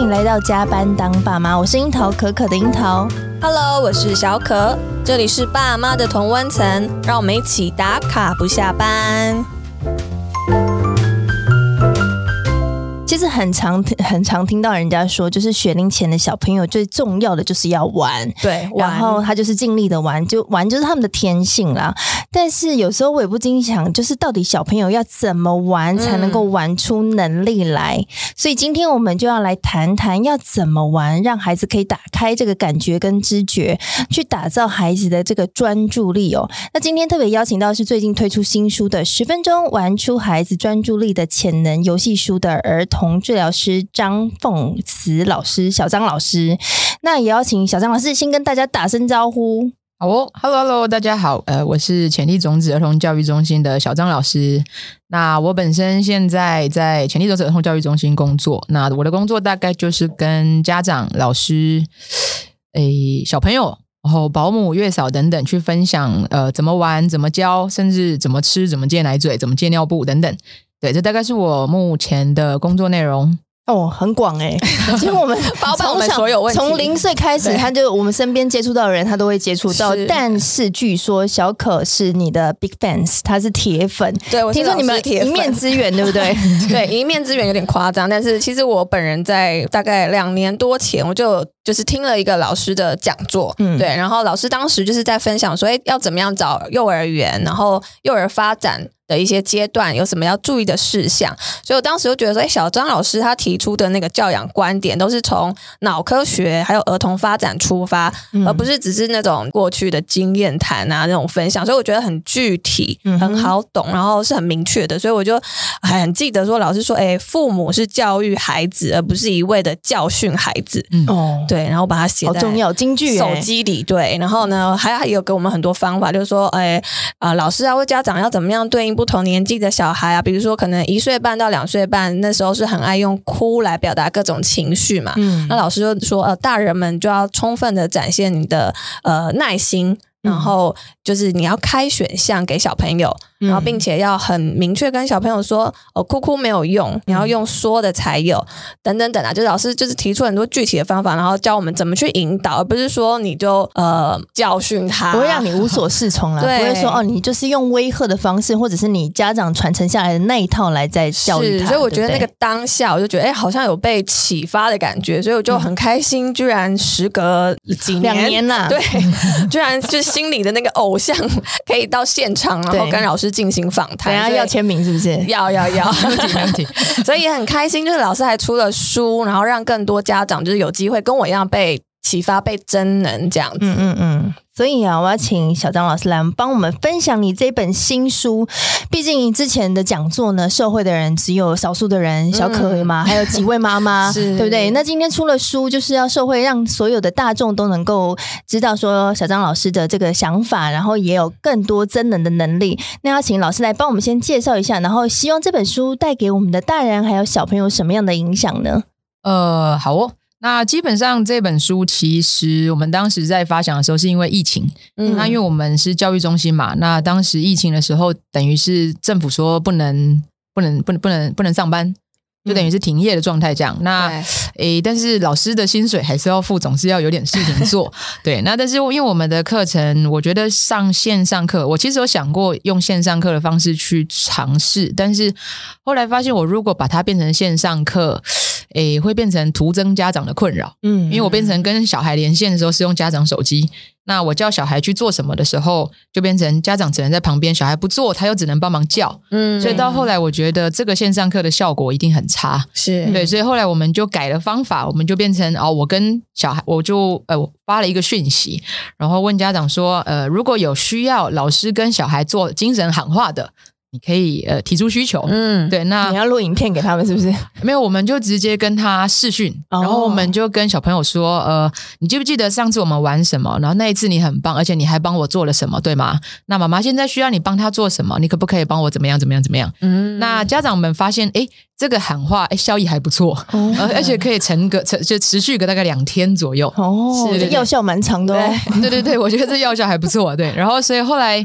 迎来到加班当爸妈，我是樱桃可可的樱桃。 Hello， 我是小可，这里是爸妈的同温层，让我们一起打卡不下班。 其实很常听到人家说，就是学龄前的小朋友最重要的就是要玩， 对， 然后他就是尽力的玩，就玩就是他们的天性啦。但是有时候我也不禁想，就是到底小朋友要怎么玩才能够玩出能力来？所以今天我们就要来谈谈要怎么玩，让孩子可以打开这个感觉跟知觉，去打造孩子的这个专注力哦。那今天特别邀请到是最近推出新书的10分钟玩出孩子专注力的潜能游戏书的儿童治疗师张凤慈老师，小张老师。那也邀请小张老师先跟大家打声招呼。 好哦 ，Hello， 大家好，我是潜力种子儿童教育中心的小张老师。那我本身现在在潜力种子儿童教育中心工作，那我的工作大概就是跟家长、老师、小朋友，然后保姆、月嫂等等去分享怎么玩、怎么教，甚至怎么吃、怎么戒奶嘴、怎么戒尿布等等。对，这大概是我目前的工作内容。 哦，很广其实我们包办我们所有问题， 从0岁开始，他就我们身边接触到的人，他都会接触到。但是据说小可是你的 big fans， 他是铁粉。 对，我是听说你们一面之缘，对不对？ 对，一面之缘有点夸张，但是其实我本人在大概2年多前，我就是听了一个老师的讲座，对，然后老师当时就是在分享说，要怎么样找幼儿园，然后幼儿发展的一些阶段有什么要注意的事项，所以我当时就觉得说，小张老师他提出的那个教养观点都是从脑科学还有儿童发展出发，而不是只是那种过去的经验谈啊那种分享，所以我觉得很具体，很好懂，然后是很明确的，所以我就很记得说，老师说，父母是教育孩子，而不是一味的教训孩子。对，然后把它写在好重要金句手机里，对，然后呢，还有给我们很多方法，就是说，老师啊或家长要怎么样对应不同年纪的小孩啊，比如说可能1岁半到2岁半，那时候是很爱用哭来表达各种情绪嘛，那老师就说，大人们就要充分的展现你的耐心。然后就是你要开选项给小朋友，然后并且要很明确跟小朋友说，哭没有用，你要用说的才有，等等等啊，就老师就是提出很多具体的方法，然后教我们怎么去引导，而不是说你就教训他， 不会让你无所适从啦，不会说你就是用威吓的方式，或者是你家长传承下来的那一套来在教育他。 所以我觉得那个当下，我就觉得好像有被启发的感觉，所以我就很开心，居然时隔几年 2年啦， 对，居然就是心里的那个偶像可以到现场，然后跟老师进行访谈。 等一下要签名是不是？ 要没问题。所以也很开心，就是老师还出了书，然后让更多家长就是有机会跟我一样被启发、被真能这样子。 所以啊，我要请小张老师来帮我们分享你这本新书。毕竟之前的讲座呢，受惠的人只有少数的人，小可嘛，还有几位妈妈，对不对？那今天出了书，就是要受惠，让所有的大众都能够知道说小张老师的这个想法，然后也有更多真能的能力。那要请老师来帮我们先介绍一下，然后希望这本书带给我们的大人还有小朋友什么样的影响呢？ 好哦。那基本上这本书其实我们当时在发想的时候是因为疫情，那因为我们是教育中心嘛，那当时疫情的时候等于是政府说不能上班，就等于是停业的状态这样。那但是老师的薪水还是要付，总是要有点事情做。对，那但是因为我们的课程，我觉得上线上课，我其实有想过用线上课的方式去尝试，但是后来发现我如果把它变成线上课，会变成徒增家长的困扰。因为我变成跟小孩连线的时候是用家长手机，那我叫小孩去做什么的时候，就变成家长只能在旁边，小孩不做，他又只能帮忙叫。所以到后来我觉得这个线上课的效果一定很差。 是， 对，所以后来我们就改了方法，我们就变成我跟小孩，我就发了一个讯息，然后问家长说，如果有需要老师跟小孩做精神喊话的，你可以提出需求。对，那你要录影片给他们是不是？ 没有，我们就直接跟他视讯，然后我们就跟小朋友说，你记不记得上次我们玩什么？然后那一次你很棒，而且你还帮我做了什么，对吗？那妈妈现在需要你帮他做什么？你可不可以帮我怎么样？那家长们发现，这个喊话效益还不错，而且可以就持续个大概2天左右。 这药效蛮长的。 对，我觉得这药效还不错。对，然后所以后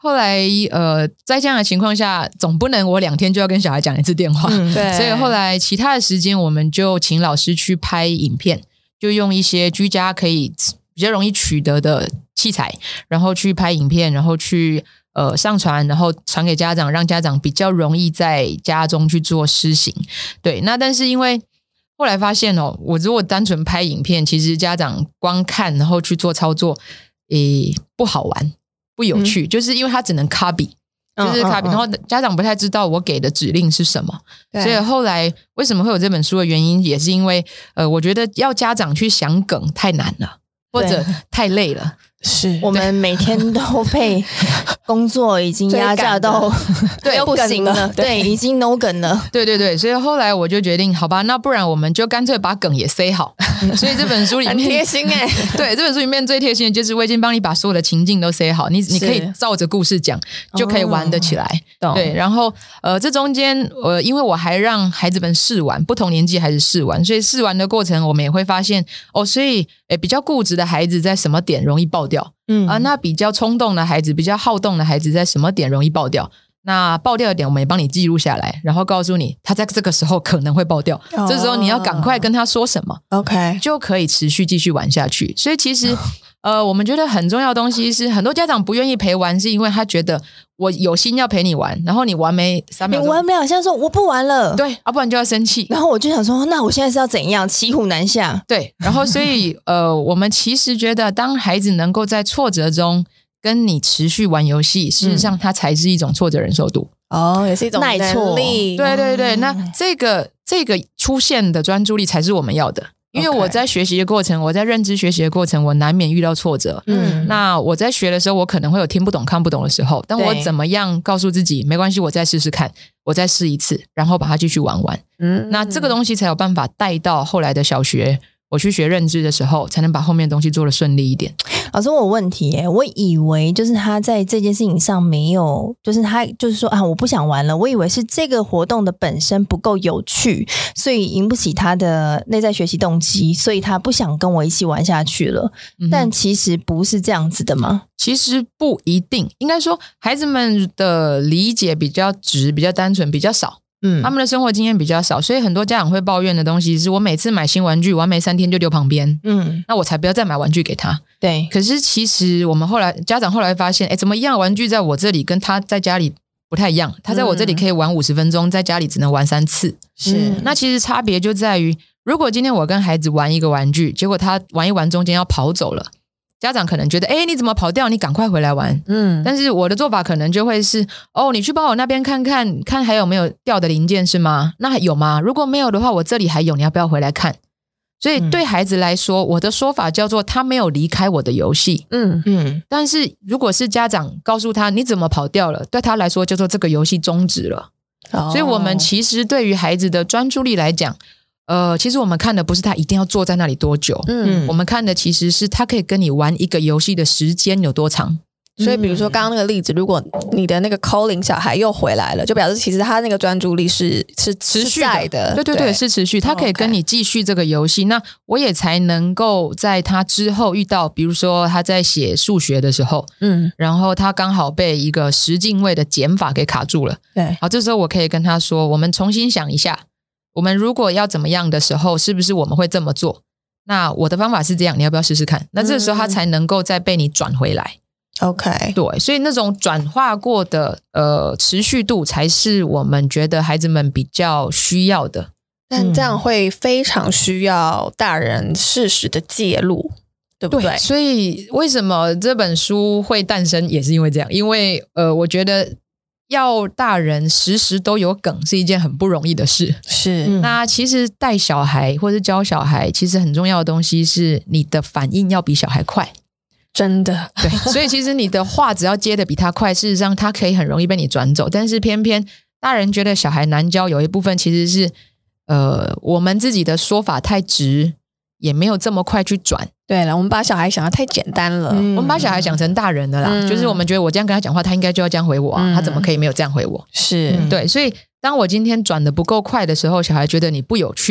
后来在这样的情况下，总不能我2天就要跟小孩讲1次电话， 对， 所以后来其他的时间我们就请老师去拍影片，就用一些居家可以比较容易取得的器材，然后去拍影片，然后去上传，然后传给家长，让家长比较容易在家中去做施行。对，那但是因为后来发现我如果单纯拍影片，其实家长光看然后去做操作不好玩不有趣，就是因为他只能 copy， 就是 copy，然后家长不太知道我给的指令是什么，所以后来为什么会有这本书的原因，也是因为我觉得要家长去想梗太难了，或者太累了。 是我们每天都被工作已经压榨到对不行了，对，已经 no 梗了。 对对对，所以后来我就决定，好吧，那不然我们就干脆把梗也塞好。所以这本书里面很贴心对，这本书里面最贴心的就是我已经帮你把所有的情境都塞好，你可以照着故事讲，就可以玩得起来。对，然后这中间因为我还让孩子们试玩，不同年纪孩子试玩，所以试玩的过程我们也会发现所以比较固执的孩子在什么点容易爆掉。那比较冲动的孩子，比较好动的孩子在什么点容易爆掉，那爆掉的点我们也帮你记录下来，然后告诉你他在这个时候可能会爆掉，这时候你要赶快跟他说什么 OK 就可以持续继续玩下去。所以其实我们觉得很重要的东西是，很多家长不愿意陪玩，是因为他觉得我有心要陪你玩，然我玩没3秒钟， 你玩没有，像说我不玩了， 对，不然就要生气。 然后我就想说，那我现在是要怎样？骑虎难下。 对，然后所以我们其实觉得，当孩子能够在挫折中跟你持续玩游戏，事实上它才是一种挫折忍受度。 也是一种耐挫力。 对对对，那这个出现的专注力才是我们要的。因为我在学习的过程，我在认知学习的过程，我难免遇到挫折。那我在学的时候，我可能会有听不懂、看不懂的时候，但我怎么样告诉自己，没关系，我再试试看，我再试一次，然后把它继续玩完。那这个东西才有办法带到后来的小学，我去学认知的时候，才能把后面的东西做得顺利一点。 老师，我有问题耶，我以为就是他在这件事情上没有，就是他就是说我不想玩了，我以为是这个活动的本身不够有趣，所以引不起他的内在学习动机，所以他不想跟我一起玩下去了。但其实不是这样子的吗？ 其实不一定，应该说孩子们的理解比较直、比较单纯、比较少。他们的生活经验比较少，所以很多家长会抱怨的东西是，我每次买新玩具玩没3天就丢旁边，那我才不要再买玩具给他。 对， 可是其实我们家长后来发现，怎么一样玩具在我这里跟他在家里不太一样，他在我这里可以玩50分钟，在家里只能玩3次。 是， 那其实差别就在于，如果今天我跟孩子玩一个玩具，结果他玩一玩中间要跑走了，家长可能觉得你怎么跑掉，你赶快回来玩。但是我的做法可能就会是你去帮我那边看看看还有没有掉的零件是吗？那有吗？如果没有的话，我这里还有，你要不要回来看？所以对孩子来说，我的说法叫做他没有离开我的游戏。但是如果是家长告诉他你怎么跑掉了，对他来说叫做这个游戏终止了。所以我们其实对于孩子的专注力来讲，其实我们看的不是他一定要坐在那里多久，我们看的其实是他可以跟你玩一个游戏的时间有多长。 所以比如说刚刚那个例子，如果你的那个 calling 小孩又回来了，就表示其实他那个专注力是持续的。 对对对，是持续，他可以跟你继续这个游戏。那我也才能够在他之后遇到，比如说他在写数学的时候，然后他刚好被一个10进位的减法给卡住了。 对， 好，这时候我可以跟他说，我们重新想一下，我们如果要怎么样的时候，是不是我们会这么做？那我的方法是这样，你要不要试试看？那这个时候他才能够再被你转回来。 OK， 对，所以那种转化过的持续度才是我们觉得孩子们比较需要的。 但这样会非常需要大人适时的介入，对不对？ 对，所以为什么这本书会诞生，也是因为这样。因为我觉得要大人时时都有梗是一件很不容易的事。 是， 那其实带小孩或是教小孩，其实很重要的东西是你的反应要比小孩快。 真的， 对，所以其实你的话只要接的比他快，事实上他可以很容易被你转走。但是偏偏大人觉得小孩难教，有一部分其实是我们自己的说法太直，也没有这么快去转。 对了，我们把小孩想得太简单了， 我们把小孩想成大人的啦，就是我们觉得我这样跟他讲话，他应该就要这样回我啊，他怎么可以没有这样回我？ 是， 对，所以当我今天转的不够快的时候，小孩觉得你不有趣，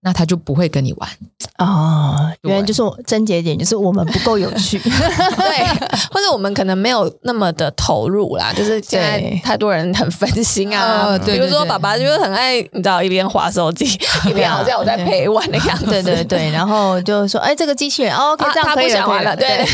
那他就不会跟你玩。 原来就是症结点，就是我们不够有趣。 对，或者我们可能没有那么的投入啦，就是现在太多人很分心啊。比如说爸爸就是很爱，你知道，一边滑手机，一边好像我在陪玩的样子。 对，然后就说，这个机器人，OK，这样可以了， 他不想玩了。对，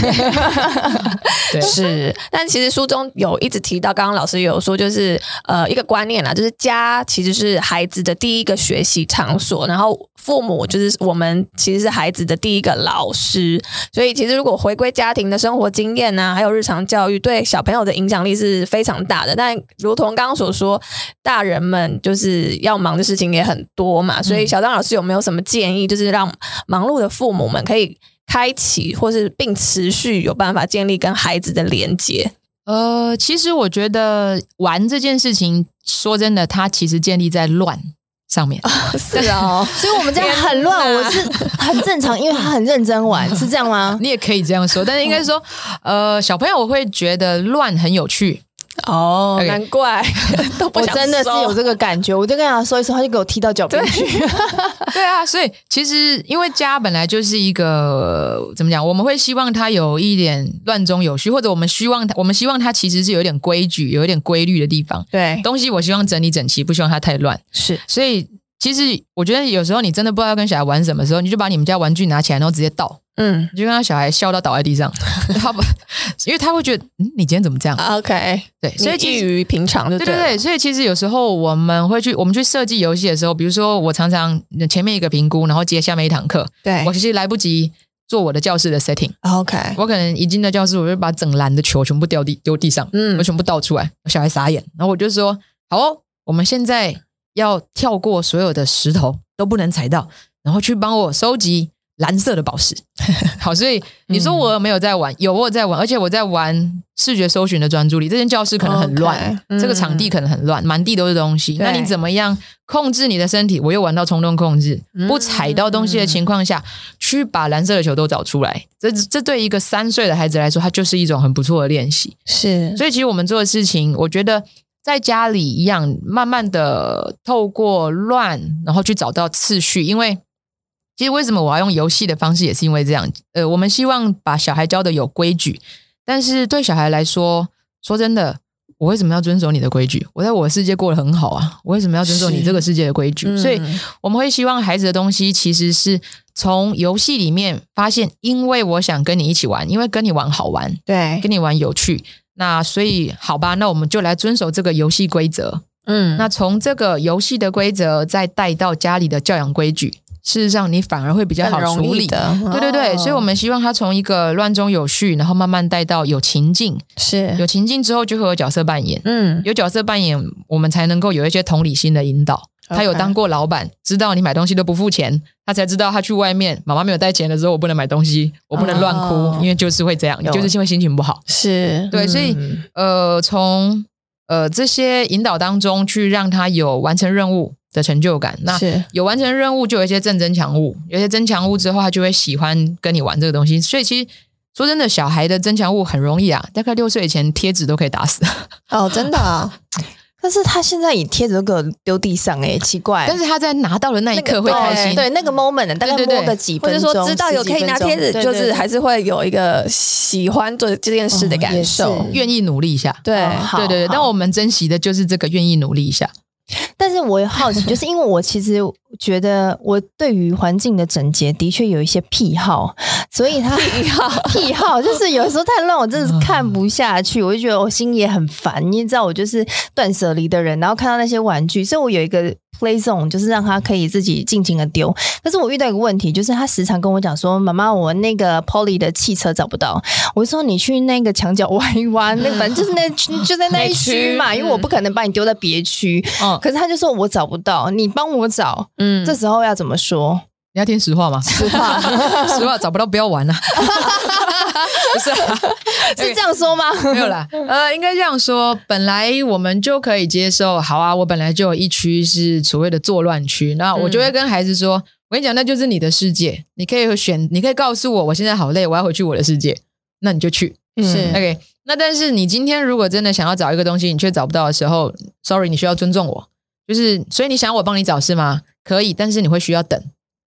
是。但其实书中有一直提到，刚刚老师有说，就是一个观念啦，就是家其实是孩子的第一个学习场所，然后父母就是我们其实是孩子的第一个老师，所以其实如果回归家庭的生活经验啊，还有日常教育，对小朋友的影响力是非常大的。但如同刚刚所说，大人们就是要忙的事情也很多嘛，所以小张老师有没有什么建议，就是让忙碌的父母们可以开启或是并持续有办法建立跟孩子的连结？ 其实我觉得玩这件事情，说真的，它其实建立在乱上面。 是哦， 所以我们这样很乱，我是很正常，因为他很认真玩，是这样吗？ 你也可以这样说，但是应该说，小朋友我会觉得乱很有趣。 难怪都不想收。 我真的是有这个感觉，我就跟他说一说，他就给我踢到脚边去。 对啊，所以其实因为家本来就是一个怎么讲，我们会希望它有一点乱中有序，或者我们希望它其实是有一点规矩、有一点规律的地方。 对， 东西我希望整理整齐，不希望它太乱。 是， 所以其实我觉得有时候你真的不知道要跟小孩玩什么时候，你就把你们家玩具拿起来，然后直接倒。你就跟他小孩笑到倒在地上，因为他会觉得你今天怎么这样 ？OK， 对，所以异于平常就对，所以其实有时候我们去设计游戏的时候，比如说我常常前面一个评估，然后接下面一堂课， 对我其实来不及做我的教室的 setting。 OK， 我可能一进到教室，我就把整篮的球全部丢地上，我全部倒出来，小孩傻眼，然后我就说好我们现在要跳过所有的石头，都不能踩到，然后去帮我收集蓝色的宝石。好，所以你说我有没有在玩？有，我有在玩，而且我在玩视觉搜寻的专注力。这间教室可能很乱，这个场地可能很乱，满地都是东西。那你怎么样控制你的身体？我又玩到冲动控制，不踩到东西的情况下，去把蓝色的球都找出来。这对一个3岁的孩子来说，它就是一种很不错的练习。 是， 所以其实我们做的事情，我觉得在家里一样，慢慢的透过乱，然后去找到次序，因为其实为什么我要用游戏的方式，也是因为这样。我们希望把小孩教的有规矩，但是对小孩来说，说真的，我为什么要遵守你的规矩？我在我的世界过得很好啊，我为什么要遵守你这个世界的规矩？所以我们会希望孩子的东西其实是从游戏里面发现，因为我想跟你一起玩，因为跟你玩好玩， 对， 跟你玩有趣，那所以好吧，那我们就来遵守这个游戏规则。那从这个游戏的规则再带到家里的教养规矩，事实上你反而会比较好处理的。对，所以我们希望他从一个乱中有序，然后慢慢带到有情境。 是，有情境之后就会有角色扮演。有角色扮演，我们才能够有一些同理心的引导。他有当过老板，知道你买东西都不付钱，他才知道他去外面妈妈没有带钱的时候，我不能买东西，我不能乱哭，因为就是会这样，你就是会心情不好。 是， 对，所以从这些引导当中去让他有完成任务的成就感。那有完成任务就有一些正增强物，有一些增强物之后他就会喜欢跟你玩这个东西。所以其实说真的，小孩的增强物很容易啊，大概6岁以前贴纸都可以打死。 真的啊。 但是他现在以贴纸都给我丢地上奇怪。 但是他在拿到的那一刻会开心， 对那个 moment 大概摸个几分钟， 或者说知道有可以拿贴纸，就是还是会有一个喜欢做这件事的感受， 愿意努力一下。 对， 对，但我们珍惜的就是这个愿意努力一下。 但是我也好奇，就是因为我其实觉得我对于环境的整洁的确有一些癖好，所以他癖好就是有时候太乱，我真的是看不下去，我就觉得我心也很烦。你知道我就是断舍离的人，然后看到那些玩具，所以我有一个 play zone， 就是让他可以自己尽情的丢。但是我遇到一个问题，就是他时常跟我讲说，妈妈，我那个 Polly 的汽车找不到。我就说你去那个墙角挖一挖，那反正就是就在那一区嘛，因为我不可能把你丢在别区。可是他就说我找不到，你帮我找。这时候要怎么说？ 你要听实话吗？ 实话， 实话，找不到不要玩啊。不是啊， 是这样说吗？ 没有啦，应该这样说。本来我们就可以接受，好啊，我本来就有一区是所谓的作乱区，那我就会跟孩子说，我跟你讲，那就是你的世界，你可以选，你可以告诉我现在好累，我要回去我的世界，那你就去。 是 OK。那但是你今天如果真的想要找一个东西，你却找不到的时候 ，sorry， 你需要尊重我。就是，所以你想我帮你找是吗？可以，但是你会需要等。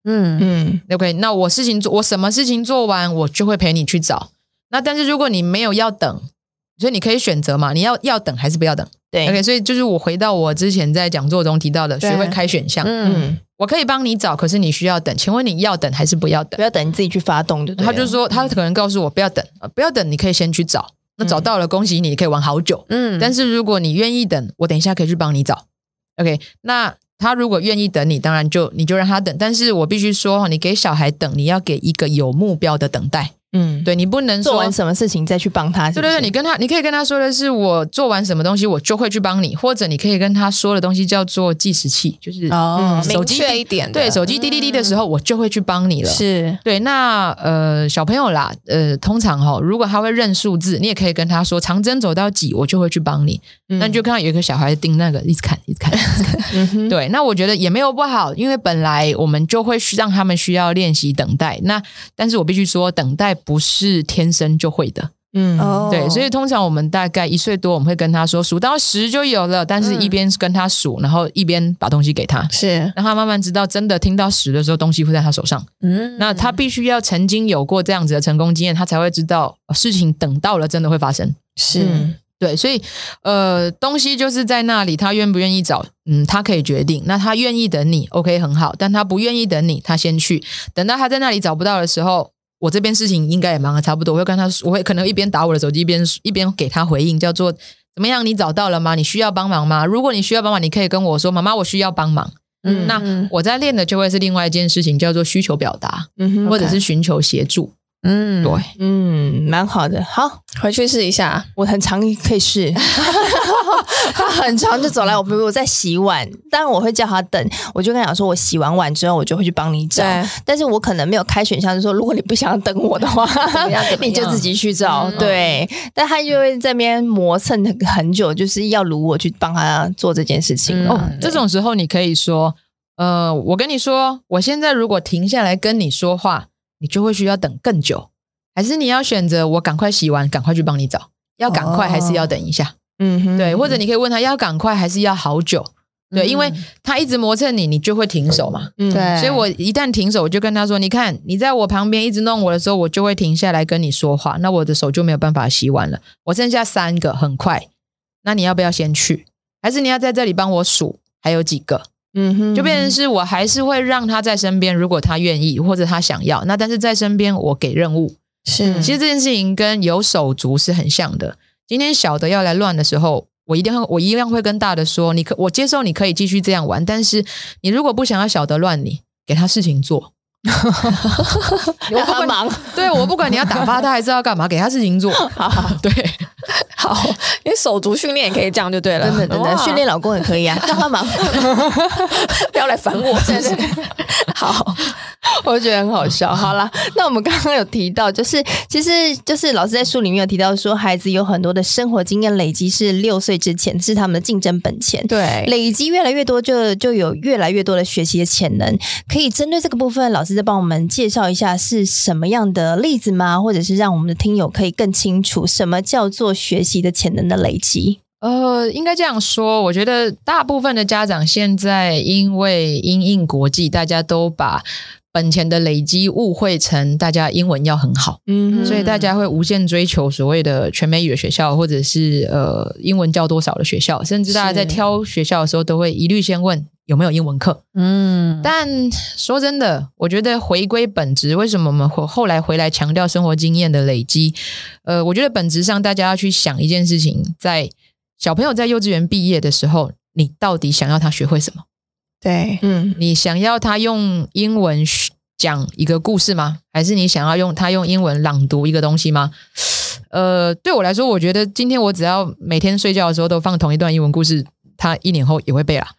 OK， 那我什么事情做完我就会陪你去找。那但是如果你没有要等，所以你可以选择嘛，你要等还是不要等。 对 OK， 所以就是我回到我之前在讲座中提到的学会开选项。我可以帮你找，可是你需要等，请问你要等还是不要等？ 不要等，你自己去发动就对了。 他就说他可能告诉我不要等，不要等，你可以先去找，那找到了恭喜你，你可以玩好久。但是如果你愿意等，我等一下可以去帮你找。OK， 那他如果愿意等你，当然你就让他等，但是我必须说你给小孩等，你要给一个有目标的等待。对，你不能说做完什么事情再去帮他是不是。 对，你可以跟他说的是我做完什么东西我就会去帮你，或者你可以跟他说的东西叫做计时器，就是手机明确一点的， 对，手机滴滴滴的时候我就会去帮你了。 是， 对，那小朋友啦，通常如果他会认数字，你也可以跟他说长针走到几我就会去帮你。那你就看到有一个小孩盯那个一直看对，那我觉得也没有不好，因为本来我们就会让他们需要练习等待，但是我必须说等待不是天生就会的。对，所以通常我们大概1岁多我们会跟他说数到10就有了，但是一边跟他数然后一边把东西给他， 是让他慢慢知道真的听到10的时候东西会在他手上。那他必须要曾经有过这样子的成功经验，他才会知道事情等到了真的会发生。 是对，所以东西就是在那里，他愿不愿意找他可以决定。那他愿意等你 OK 很好，但他不愿意等你，他先去等到他在那里找不到的时候，我这边事情应该也忙得差不多，我会可能一边打我的手机一边给他回应，叫做怎么样，你找到了吗？你需要帮忙吗？如果你需要帮忙，你可以跟我说妈妈我需要帮忙。那我在练的就会是另外一件事情，叫做需求表达，或者是寻求协助。对， 蛮好的。好， 回去试一下， 我很常可以试。他很常就走来，我在洗碗，当然我会叫他等，我就跟他讲说，我洗完碗之后我就会去帮你找。但是我可能没有开选项，就是说如果你不想等我的话，你就自己去找。对，但他就会在那边磨蹭很久，就是要如我去帮他做这件事情。 这种时候你可以说，我跟你说，我现在如果停下来跟你说话，你就会需要等更久，还是你要选择我赶快洗完赶快去帮你找，要赶快还是要等一下？对，或者你可以问他要赶快还是要好久？对，因为他一直磨蹭你就会停手嘛。 对， 所以我一旦停手，我就跟他说，你看你在我旁边一直弄我的时候，我就会停下来跟你说话，那我的手就没有办法洗完了，我剩下3个很快，那你要不要先去？还是你要在这里帮我数还有几个？就变成是我还是会让他在身边，如果他愿意或者他想要，那但是在身边我给任务。其实这件事情跟有手足是很像的。今天小的要来乱的时候，我一样会跟大的说，我接受你可以继续这样玩，但是你如果不想要小的乱你，给他事情做。 让他忙。 对，我不管你要打发他还是要干嘛，给他事情做。对， 好，因为手足训练也可以这样就对了。 真的训练老公也可以啊，让他忙。 不要来烦我，真是。好， 我觉得很好笑。好啦，那我们刚刚有提到，其实就是老师在书里面有提到说，孩子有很多的生活经验累积是6岁之前是他们的竞争本钱。 对， 累积越来越多，就有越来越多的学习的潜能。可以针对这个部分，老师再帮我们介绍一下是什么样的例子吗？或者是让我们的听友可以更清楚什么叫做学习的潜能的累积？ 应该这样说，我觉得大部分的家长现在因为因应国际，大家都把本钱的累积误会成大家英文要很好，所以大家会无限追求所谓的全美语的学校，或者是英文教多少的学校，甚至大家在挑学校的时候都会一律先问有没有英文课。但说真的，我觉得回归本质，为什么我们后来回来强调生活经验的累积？我觉得本质上大家要去想一件事情，在小朋友在幼稚园毕业的时候，你到底想要他学会什么？ 对， 你想要他用英文讲一个故事吗？还是你想要他用英文朗读一个东西吗？对我来说，我觉得今天我只要每天睡觉的时候都放同一段英文故事，他1年后也会背啦。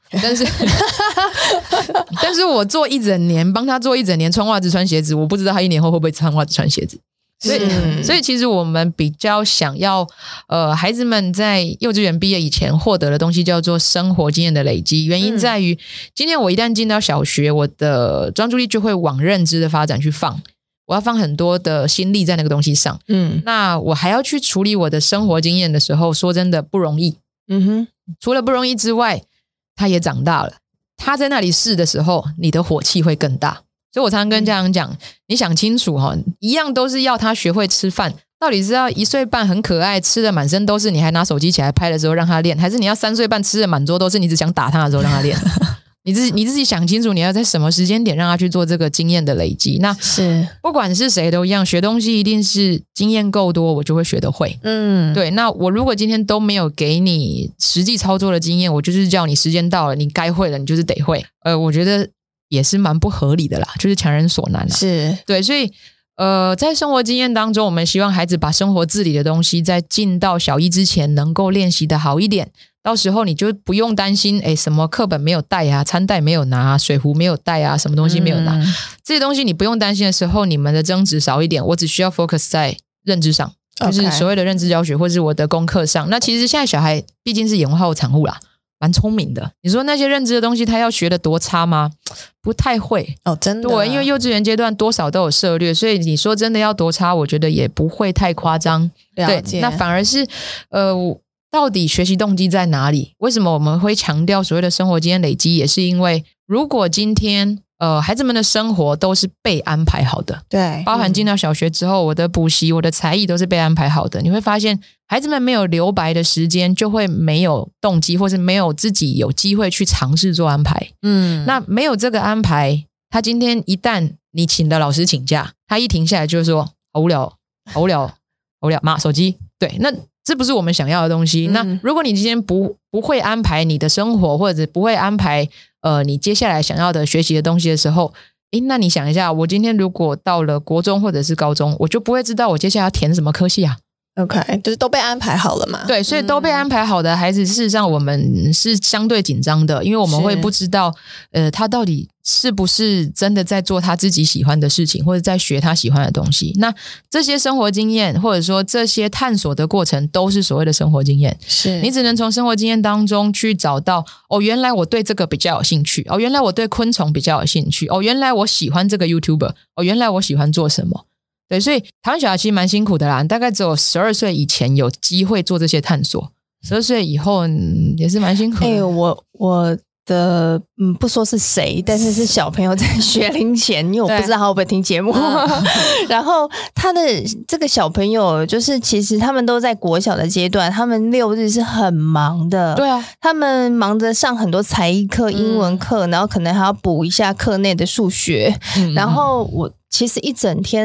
但是我做一整年，帮他做一整年穿袜子穿鞋子，我不知道他1年后会不会穿袜子穿鞋子。所以其实我们比较想要孩子们在幼稚园毕业以前获得的东西叫做生活经验的累积，原因在于今天我一旦进到小学，我的专注力就会往认知的发展去放，我要放很多的心力在那个东西上。那我还要去处理我的生活经验的时候，说真的不容易。除了不容易之外，他也长大了，他在那里试的时候，你的火气会更大。 所以我常常跟家长讲，你想清楚一样都是要他学会吃饭，到底是要1岁半很可爱吃的满身都是，你还拿手机起来拍的时候让他练，还是你要3岁半吃的满桌都是，你只想打他的时候让他练你自己想清楚，你要在什么时间点让他去做这个经验的累积。那是不管是谁都一样，学东西一定是经验够多我就会学得会。对，那我如果今天都没有给你实际操作的经验，我就是叫你时间到了你该会了你就是得会，我觉得也是蛮不合理的啦，就是强人所难啦。 是， 对，所以在生活经验当中，我们希望孩子把生活自理的东西在进到小一之前能够练习的好一点，到时候你就不用担心什么课本没有带啊，餐袋没有拿，水壶没有带啊，什么东西没有拿，这些东西你不用担心的时候，你们的争执少一点，我只需要 focus 在认知上，就是所谓的认知教学或是我的功课上。那其实现在小孩毕竟是演化后产物啦，蛮聪明的，你说那些认知的东西他要学的多差吗？不太会真的对，因为幼稚园阶段多少都有涉略，所以你说真的要多差我觉得也不会太夸张。 了解， 对，那反而是到底学习动机在哪里？为什么我们会强调所谓的生活经验累积，也是因为如果今天孩子们的生活都是被安排好的， 对， 包含进到小学之后，我的补习我的才艺都是被安排好的，你会发现孩子们没有留白的时间，就会没有动机，或是没有自己有机会去尝试做安排。那没有这个安排，他今天一旦你请的老师请假，他一停下来就是说好无聊好无聊好无聊，妈手机。对，那这不是我们想要的东西。那如果你今天不会安排你的生活，或者不会安排你接下来想要的学习的东西的时候，那你想一下，我今天如果到了国中或者是高中，我就不会知道我接下来要填什么科系啊。 OK， 就是都被安排好了嘛。 对，所以都被安排好的孩子，事实上我们是相对紧张的，因为我们会不知道他到底是不是真的在做他自己喜欢的事情，或者在学他喜欢的东西。那这些生活经验或者说这些探索的过程都是所谓的生活经验， 是你只能从生活经验当中去找到原来我对这个比较有兴趣，原来我对昆虫比较有兴趣，原来我喜欢这个 YouTuber，原来我喜欢做什么。对，所以台湾小孩其实蛮辛苦的啦，大概只有12岁以前有机会做这些探索，12岁以后也是蛮辛苦的。 我的不说是谁，但是是小朋友在学龄前，因为我不知道他会不会听节目。然后他的这个小朋友，就是其实他们都在国小的阶段，他们6日是很忙的。 对啊， 他们忙着上很多才艺课、英文课，然后可能还要补一下课内的数学。然后我其实一整天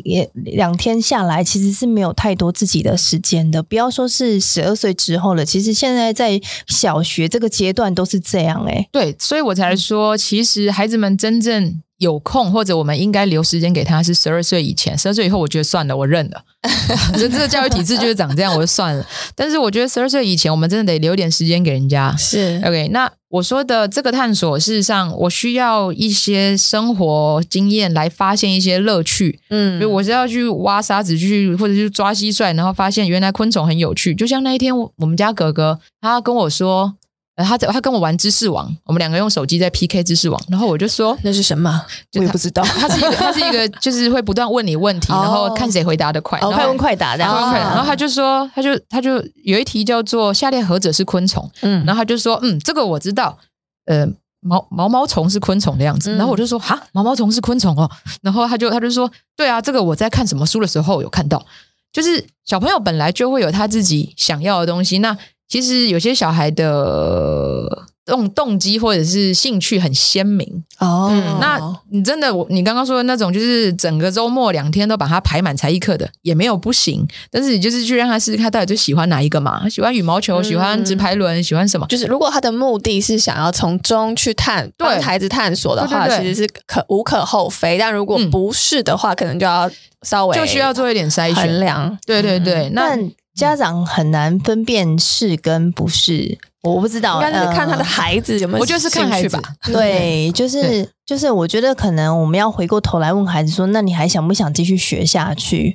2天下来，其实是没有太多自己的时间的。不要说是12岁之后了，其实现在在小学这个阶段都是这样。 对，所以我才说其实孩子们真正有空，或者我们应该留时间给他是12岁以前，12岁以后我觉得算了，我认了这个教育体制就是长这样，我就算了。但是我觉得12岁以前我们真的得留点时间给人家。 是 OK， 那我说的这个探索，事实上我需要一些生活经验来发现一些乐趣。所以我是要去挖沙子去，或者去抓蟋蟀，然后发现原来昆虫很有趣。就像那一天我们家哥哥他跟我说他跟我玩知识网，我们2个用手机在 PK 知识网，然后我就说那是什么？我也不知道。 他是一个就是会不断问你问题，然后看谁回答得快， 快问快答的。 然后他就说他就有一题叫做下列何者是昆虫？然后他就说这个我知道，毛虫是昆虫的样子。然后我就说哈，毛虫是昆虫哦。然后他就说对啊，这个我在看什么书的时候有看到。就是小朋友本来就会有他自己想要的东西，那其实有些小孩的动机或者是兴趣很鲜明那你真的你刚刚说的那种就是整个周末2天都把它排满才艺课的也没有不行，但是你就是去让他试试看到底最喜欢哪一个嘛，喜欢羽毛球，喜欢直排轮，喜欢什么， 就是如果他的目的是想要从中去帮孩子探索的话，其实是无可厚非，但如果不是的话可能就要稍微就需要做一点筛选衡量。 对对对，那家长很难分辨是跟不是，我不知道， 应该是看他的孩子有没有， 我觉得是看孩子吧。 对，就是我觉得可能我们要回过头来问孩子说，那你还想不想继续学下去？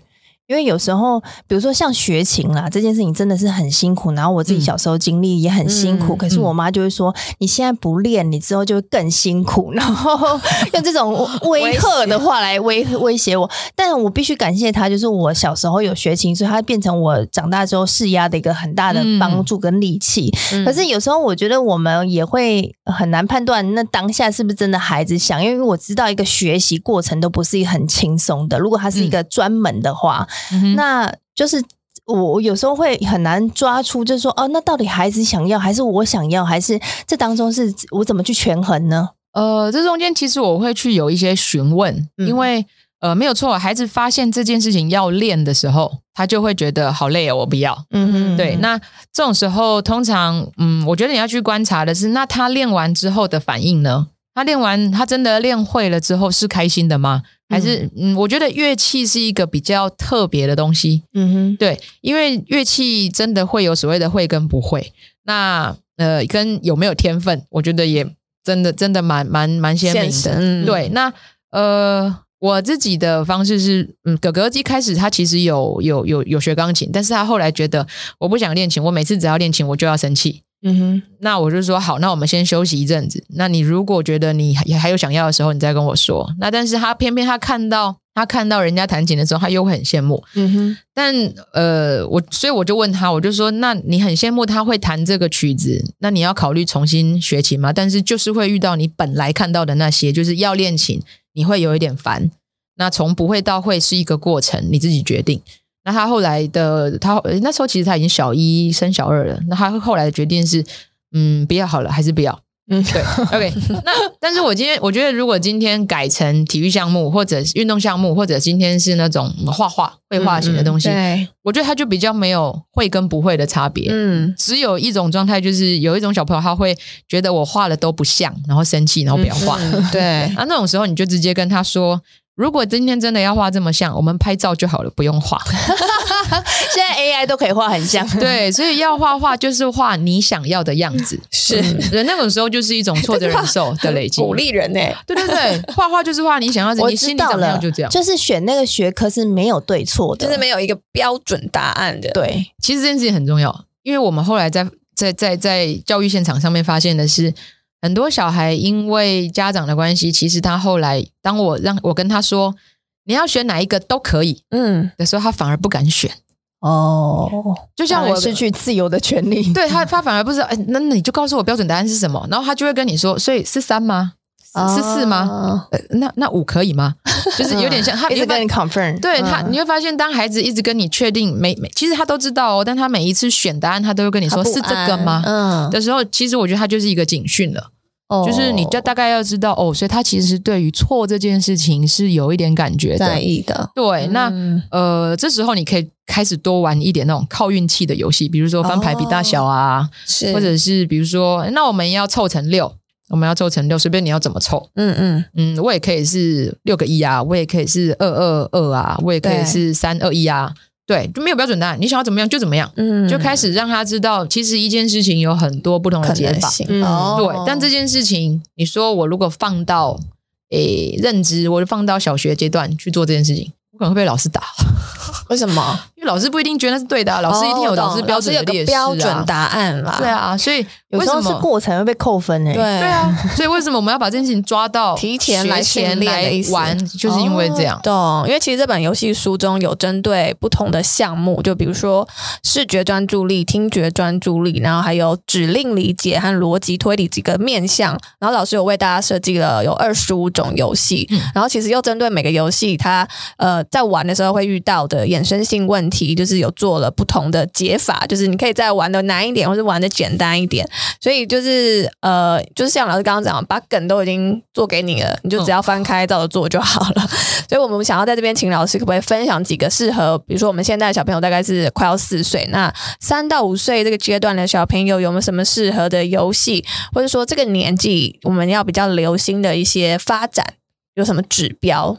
因为有时候比如说像学琴啦这件事情真的是很辛苦，然后我自己小时候经历也很辛苦，可是我妈就会说你现在不练你之后就会更辛苦，然后用这种威吓的话来威胁我。但我必须感谢她，就是我小时候有学琴，所以她变成我长大之后释压的一个很大的帮助跟利器。可是有时候我觉得我们也会很难判断那当下是不是真的孩子想，因为我知道一个学习过程都不是很轻松的，如果它是一个专门的话，那就是我有时候会很难抓出，就是说那到底孩子想要还是我想要，还是这当中是我怎么去权衡呢？ 这中间其实我会去有一些询问，因为没有错，孩子发现这件事情要练的时候，他就会觉得好累哦，我不要。对，那这种时候通常我觉得你要去观察的是，那他练完之后的反应呢？他真的练会了之后是开心的吗？还是我觉得乐器是一个比较特别的东西。对，因为乐器真的会有所谓的会跟不会，那跟有没有天分，我觉得也真的蛮鲜明的。对，那我自己的方式是哥哥一开始他其实有学钢琴，但是他后来觉得我不想练琴，我每次只要练琴我就要生气。那我就说好，那我们先休息一阵子，那你如果觉得你还有想要的时候你再跟我说。那但是他偏偏他看到人家弹琴的时候他又会很羡慕。但所以我就问他，我就说那你很羡慕他会弹这个曲子，那你要考虑重新学琴吗？但是就是会遇到你本来看到的那些，就是要练琴你会有一点烦，那从不会到会是一个过程，你自己决定。那他后来的那时候其实他已经小一升小二了，那他后来的决定是不要好了，还是不要。对 OK 那但是我觉得如果今天改成体育项目或者运动项目，或者今天是那种绘画型的东西，我觉得他就比较没有会跟不会的差别。只有一种状态，就是有一种小朋友他会觉得我画了都不像，然后生气，然后不要画。对，那种时候你就直接跟他说，如果今天真的要画这么像，我们拍照就好了，不用画。 现在 AI 都可以画很像。 对，所以要画就是画你想要的样子。是那种时候就是一种挫折忍受的累积。 鼓励人对对对，画就是画你想要的，你心里怎么样就这样。 就是选那个学科是没有对错的， 就是没有一个标准答案的。 对， 其实这件事情很重要，因为我们后来在教育现场上面发现的是，很多小孩因为家长的关系，其实他后来当我跟他说你要选哪一个都可以的时候，他反而不敢选。就像我失去自由的权利。 对，他反而不知道那你就告诉我标准答案是什么，然后他就会跟你说，所以是3吗？是4吗？那5可以吗？就是有点像他一直跟你 confirm。 对，你会发现当孩子一直跟你确定其实他都知道但他每一次选答案他都会跟你说是这个吗？的时候，其实我觉得他就是一个警讯了。就是你就大概要知道所以他其实对于错这件事情是有一点感觉的， 在意的。 对，那这时候你可以开始多玩一点那种靠运气的游戏，比如说翻牌比大小啊，或者是比如说那我们要凑成6，随便你要怎么凑。我也可以是6个1啊，我也可以是222啊，我也可以是321啊。对，就没有标准答案，你想要怎么样就怎么样。就开始让他知道其实一件事情有很多不同的解法。对，但这件事情你说我如果放到认知，我就放到小学阶段去做这件事事情，我可能会被老师打。 为什么？ 因为老师不一定觉得是对的老师一定有老师标准的劣势标准答案啦。 对啊，所以有时候是过程会被扣分对啊，所以为什么我们要把这件事情抓到提前来训练的意思玩，就是因为这样。 懂，因为其实这本游戏书中有针对不同的项目，就比如说视觉专注力、听觉专注力，然后还有指令理解和逻辑推理几个面向，然后老师有为大家设计了有25种游戏，然后其实又针对每个游戏它在玩的时候会遇到的衍生性问题，就是有做了不同的解法，就是你可以再玩的难一点，或是玩的简单一点。所以就是像老师刚刚讲，把梗都已经做给你了，你就只要翻开照着做就好了。所以我们想要在这边请老师可不可以分享几个适合，比如说我们现在的小朋友大概是快要4岁，那3到5岁这个阶段的小朋友有没有什么适合的游戏，或者说这个年纪我们要比较流行的一些发展有什么指标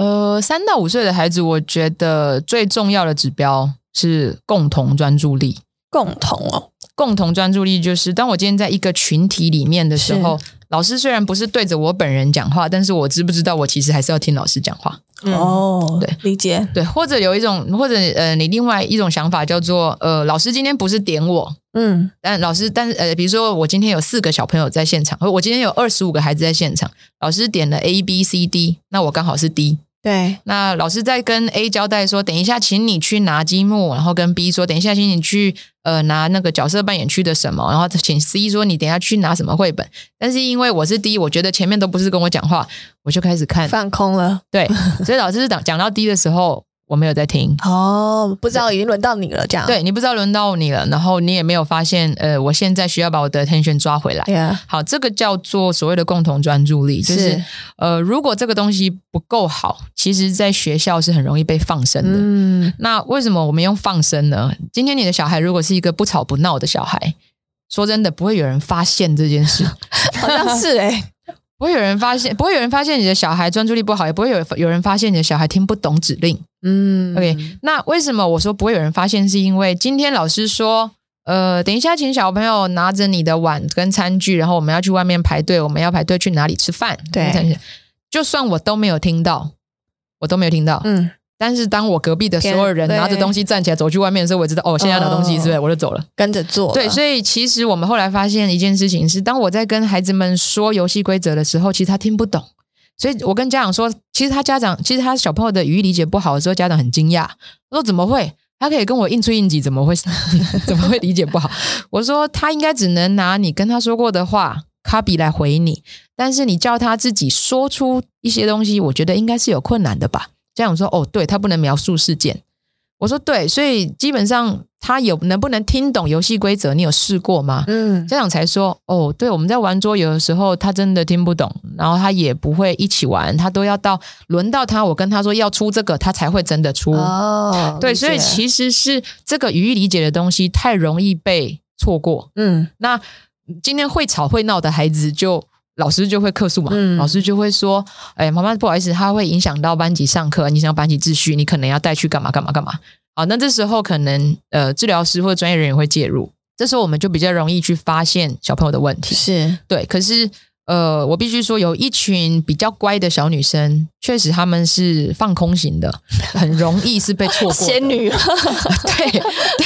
？3到5岁的孩子，我觉得最重要的指标是共同专注力。共同专注力就是当我今天在一个群体里面的时候， 老师虽然不是对着我本人讲话，但是我知不知道我其实还是要听老师讲话。 对，理解。 对，或者有一种，或者你另外一种想法叫做老师今天不是点我，但老师比如说我今天有4个小朋友在现场，我今天有25个孩子在现场，老师点了 A B C D， 那我刚好是 D。 对， 那老师在跟 A 交代说等一下请你去拿积木，然后跟 B 说等一下请你去拿那个角色扮演区的什么，然后请 C 说你等一下去拿什么绘本。但是因为我是 D， 我觉得前面都不是跟我讲话，我就开始看放空了。 对，所以老师讲到 D 的时候我没有在听。 不知道已经轮到你了这样。 对，你不知道轮到你了，然后你也没有发现我现在需要把我的 attention 抓回来。好，这个叫做所谓的共同专注力，就是如果这个东西不够好，其实在学校是很容易被放生的。那为什么我们用放生呢？今天你的小孩如果是一个不吵不闹的小孩，说真的不会有人发现这件事。 好像是不会有人发现你的小孩专注力不好，也不会有人发现你的小孩听不懂指令。OK， 那为什么我说不会有人发现？是因为今天老师说等一下请小朋友拿着你的碗跟餐具，然后我们要去外面排队，我们要排队去哪里吃饭。 对， 就算我都没有听到，但是当我隔壁的所有人拿着东西站起来走去外面的时候，我知道现在要拿东西，是不是？我就走了， 跟着做了。 对，所以其实我们后来发现一件事情是，当我在跟孩子们说游戏规则的时候，其实他听不懂。所以我跟家长说，其实他小朋友的语义理解不好的时候，家长很惊讶，我说怎么会？他可以跟我应催应急，怎么会理解不好？我说他应该只能拿你跟他说过的话 copy 来回你，但是你叫他自己说出一些东西，我觉得应该是有困难的吧。家长说对，他不能描述事件。我说对，所以基本上他能不能听懂游戏规则，你有试过吗？家长才说对，我们在玩桌游的时候他真的听不懂，然后他也不会一起玩，他都要轮到他，我跟他说要出这个他才会真的出。对，所以其实是这个语义理解的东西太容易被错过。那今天会吵会闹的孩子老师就会客诉嘛，老师就会说妈妈不好意思，他会影响到班级上课，影响到班级秩序，你可能要带去干嘛干嘛干嘛。好，那这时候可能治疗师或者专业人员会介入，这时候我们就比较容易去发现小朋友的问题。 是对， 可是我必须说有一群比较乖的小女生，确实她们是放空型的，很容易是被错过的仙女对，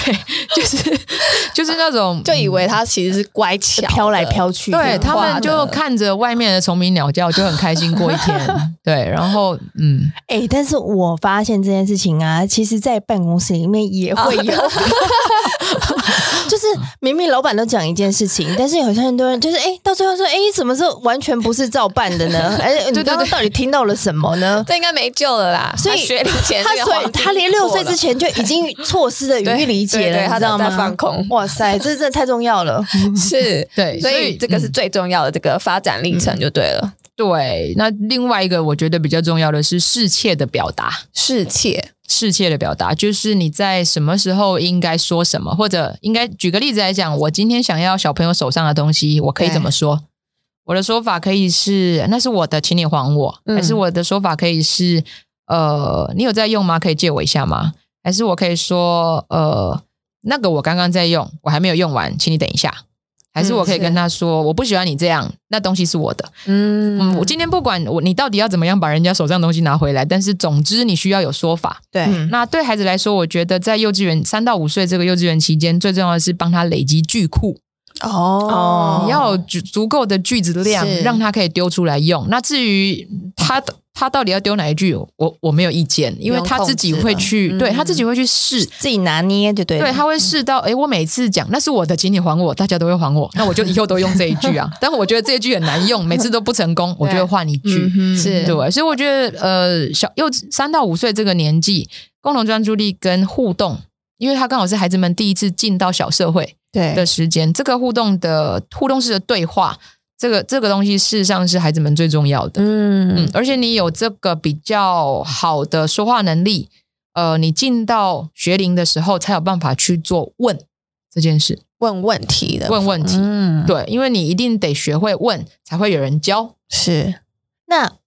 就是那种就以为她其实是乖巧飘来飘去， 对，他们就看着外面的虫鸣鸟叫就很开心过一天对，然后但是我发现这件事情啊，其实在办公室里面也会有就是明明老板都讲一件事情，但是有些很多人就是到最后说怎么是完全不是照办的呢？你刚刚到底听到了什么呢？ 这应该没救了啦。所以学龄前他连6岁之前就已经错失了语义理解了，你知道吗？ 放空， 哇塞，这真的太重要了。 是， 对， 所以这个是最重要的这个发展历程就对了。 对，那另外一个我觉得比较重要的是适切的表达。适切的表达就是你在什么时候应该说什么，或者应该举个例子来讲，我今天想要小朋友手上的东西，我可以怎么说？我的说法可以是那是我的，请你还我，还是我的说法可以是你有在用吗？可以借我一下吗？还是我可以说那个我刚刚在用，我还没有用完，请你等一下。还是我可以跟他说我不喜欢你这样，那东西是我的。我今天不管你到底要怎么样把人家手上的东西拿回来，但是总之你需要有说法。 对， 那对孩子来说，我觉得在幼稚园3到5岁这个幼稚园期间，最重要的是帮他累积句库。你要有足够的句子量，让他可以丢出来用。那至于他到底要丢哪一句，我没有意见，因为他自己会去，对他自己会去试， 自己拿捏就对了。 对，他会试到，我每次讲那是我的，请你还我，大家都会还我，那我就以后都用这一句啊。但我觉得这一句很难用，每次都不成功，我就会换一句。 是对，所以我觉得3到5岁这个年纪，共同专注力跟互动，因为他刚好是孩子们第一次进到小社会的时间，这个互动式的对话，这个东西事实上是孩子们最重要的。而且你有这个比较好的说话能力，你进到学龄的时候才有办法去做问这件事， 问问题。 对，因为你一定得学会问，才会有人教。 是。 那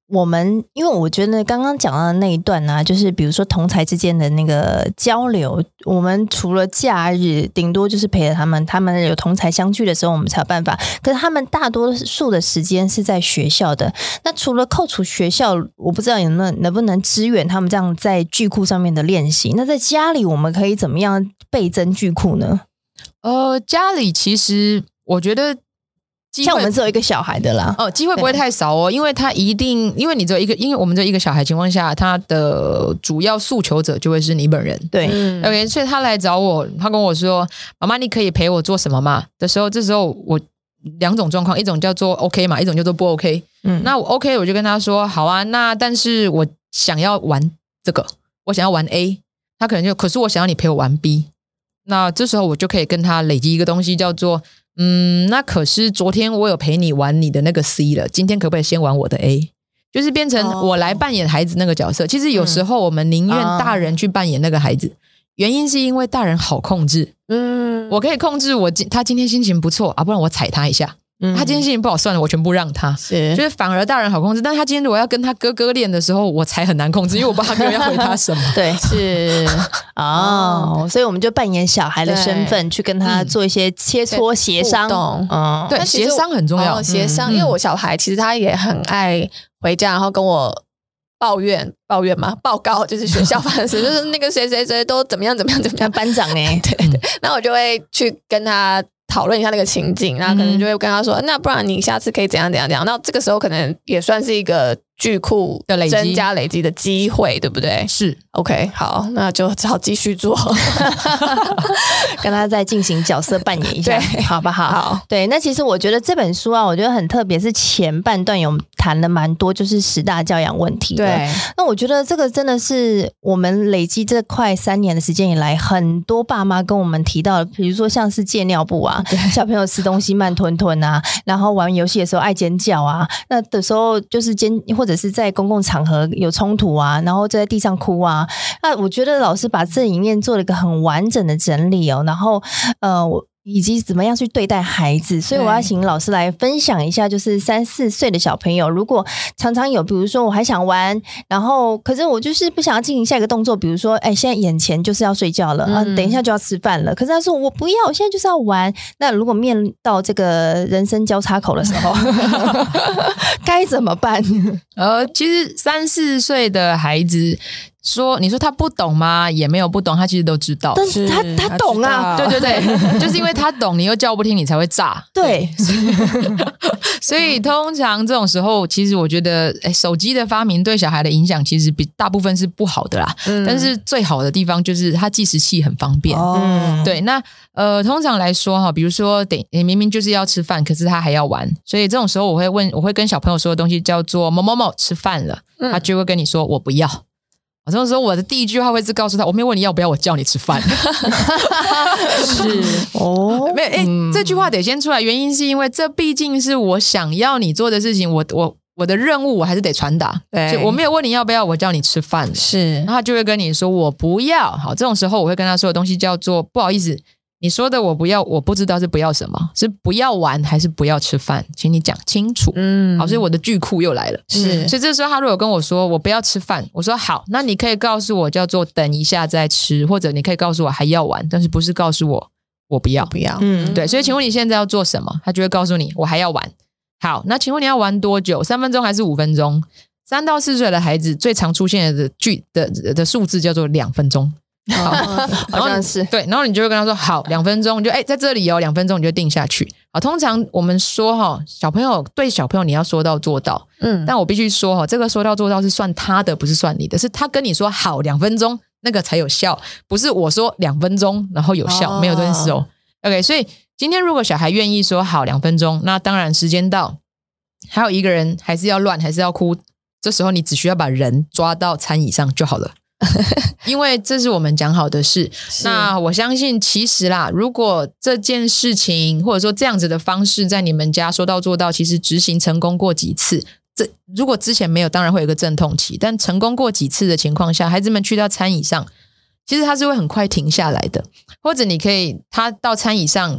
因为我觉得刚刚讲到的那一段呢，就是比如说同侪之间的那个交流，我们除了假日，顶多就是陪着他们有同侪相聚的时候，我们才有办法。可是他们大多数的时间是在学校的。那除了扣除学校，我不知道能不能支援他们这样在句库上面的练习。那在家里，我们可以怎么样倍增句库呢？ 家里其实我觉得。 像我们只有一个小孩的啦， 机会不会太少哦，因为他一定，因为我们只有一个小孩情况下，他的主要诉求者就会是你本人， 对 ，OK， 所以他来找我，他跟我说：“妈妈，你可以陪我做什么吗？”这时候我两种状况，一种叫做 OK 嘛，一种叫做不 OK。那我 OK， 我就跟他说：“好啊，那但是我想要玩这个，我想要玩 A， 他可能可是我想要你陪我玩 B。那这时候我就可以跟他累积一个东西，叫做。那可是昨天我有陪你玩你的那个 C 了，今天可不可以先玩我的 A？ 就是变成我来扮演孩子那个角色。其实有时候我们宁愿大人去扮演那个孩子，原因是因为大人好控制。我可以控制他今天心情不错啊，不然我踩他一下。他今天心情不好，算了，我全部让他，就是反而大人好控制。但他今天如果要跟他哥哥练的时候，我才很难控制，因为我不知道他哥哥要回他什么。 对，是所以我们就扮演小孩的身份，去跟他做一些切磋协商。 对，协商很重要。 协商，因为我小孩其实他也很爱回家，然后跟我抱怨嘛，报告就是学校发生事，就是那个谁谁谁都怎么样， 班长对， 那我就会去跟他。讨论一下那个情境，然后可能就会跟他说，那不然你下次可以怎样。那这个时候可能也算是一个句库的增加累积的机会，对不对？ 是 OK， 好，那就只好继续做， 跟他再进行角色扮演一下，好不好？ 好， 对。那其实我觉得这本书啊，我觉得很特别，是前半段有谈了蛮多，就是10大教养问题的。 对， 那我觉得这个真的是我们累积这快3年的时间以来，很多爸妈跟我们提到的，比如说像是戒尿布啊，小朋友吃东西慢吞吞啊，然后玩游戏的时候爱尖叫啊，那的时候就是或者是在公共场合有冲突啊，然后就在地上哭啊。那我觉得老师把这里面做了一个很完整的整理然后以及怎么样去对待孩子，所以我要请老师来分享一下，就是3、4岁的小朋友，如果常常有，比如说我还想玩，然后可是我就是不想要进行下一个动作，比如说现在眼前就是要睡觉了，等一下就要吃饭了，可是他说我不要，我现在就是要玩。那如果面到这个人生交叉口的时候该怎么办？ 其实3、4岁的孩子你说他不懂吗？也没有不懂，他其实都知道。 但是他懂啊， 对，就是因为他懂，你又叫不听，你才会炸。 对， 所以通常这种时候，其实我觉得，手机的发明对小孩的影响，其实比大部分是不好的啦。但是最好的地方就是它计时器很方便。对，那通常来说比如说明明就是要吃饭，可是他还要玩，所以这种时候我会跟小朋友说的东西叫做某某某吃饭了，他就会跟你说我不要。这种时候我的第一句话会是告诉他，我没有问你要不要，我叫你吃饭。 是没有这句话得先出来，原因是因为这毕竟是我想要你做的事情，我的任务我还是得传达。 对， 所以我没有问你要不要，我叫你吃饭。 是， 然后他就会跟你说我不要。好，这种时候我会跟他说的东西叫做不好意思，你说的我不要，我不知道是不要什么，是不要玩还是不要吃饭，请你讲清楚。好，所以我的句库又来了。 是， 所以这时候他如果跟我说我不要吃饭，我说好，那你可以告诉我叫做等一下再吃，或者你可以告诉我还要玩，但是不是告诉我不要。对，所以请问你现在要做什么？他就会告诉你我还要玩。好，那请问你要玩多久？3分钟还是5分钟？3到4岁的孩子最常出现的数字叫做2分钟。 好像是对，然后你就会跟他说好2分钟，你就在这里2分钟你就定下去。好，通常我们说小朋友你要说到做到，但我必须说这个说到做到是算他的，不是算你的，是他跟你说好2分钟那个才有效，不是我说2分钟然后有效，没有这件事OK， 所以今天如果小孩愿意说好2分钟，那当然时间到，还有一个人还是要乱还是要哭，这时候你只需要把人抓到餐椅上就好了。因为这是我们讲好的事。那我相信其实啦，如果这件事情或者说这样子的方式在你们家说到做到，其实执行成功过几次，如果之前没有当然会有一个阵痛期，但成功过几次的情况下，孩子们去到餐椅上其实他是会很快停下来的。或者你可以他到餐椅上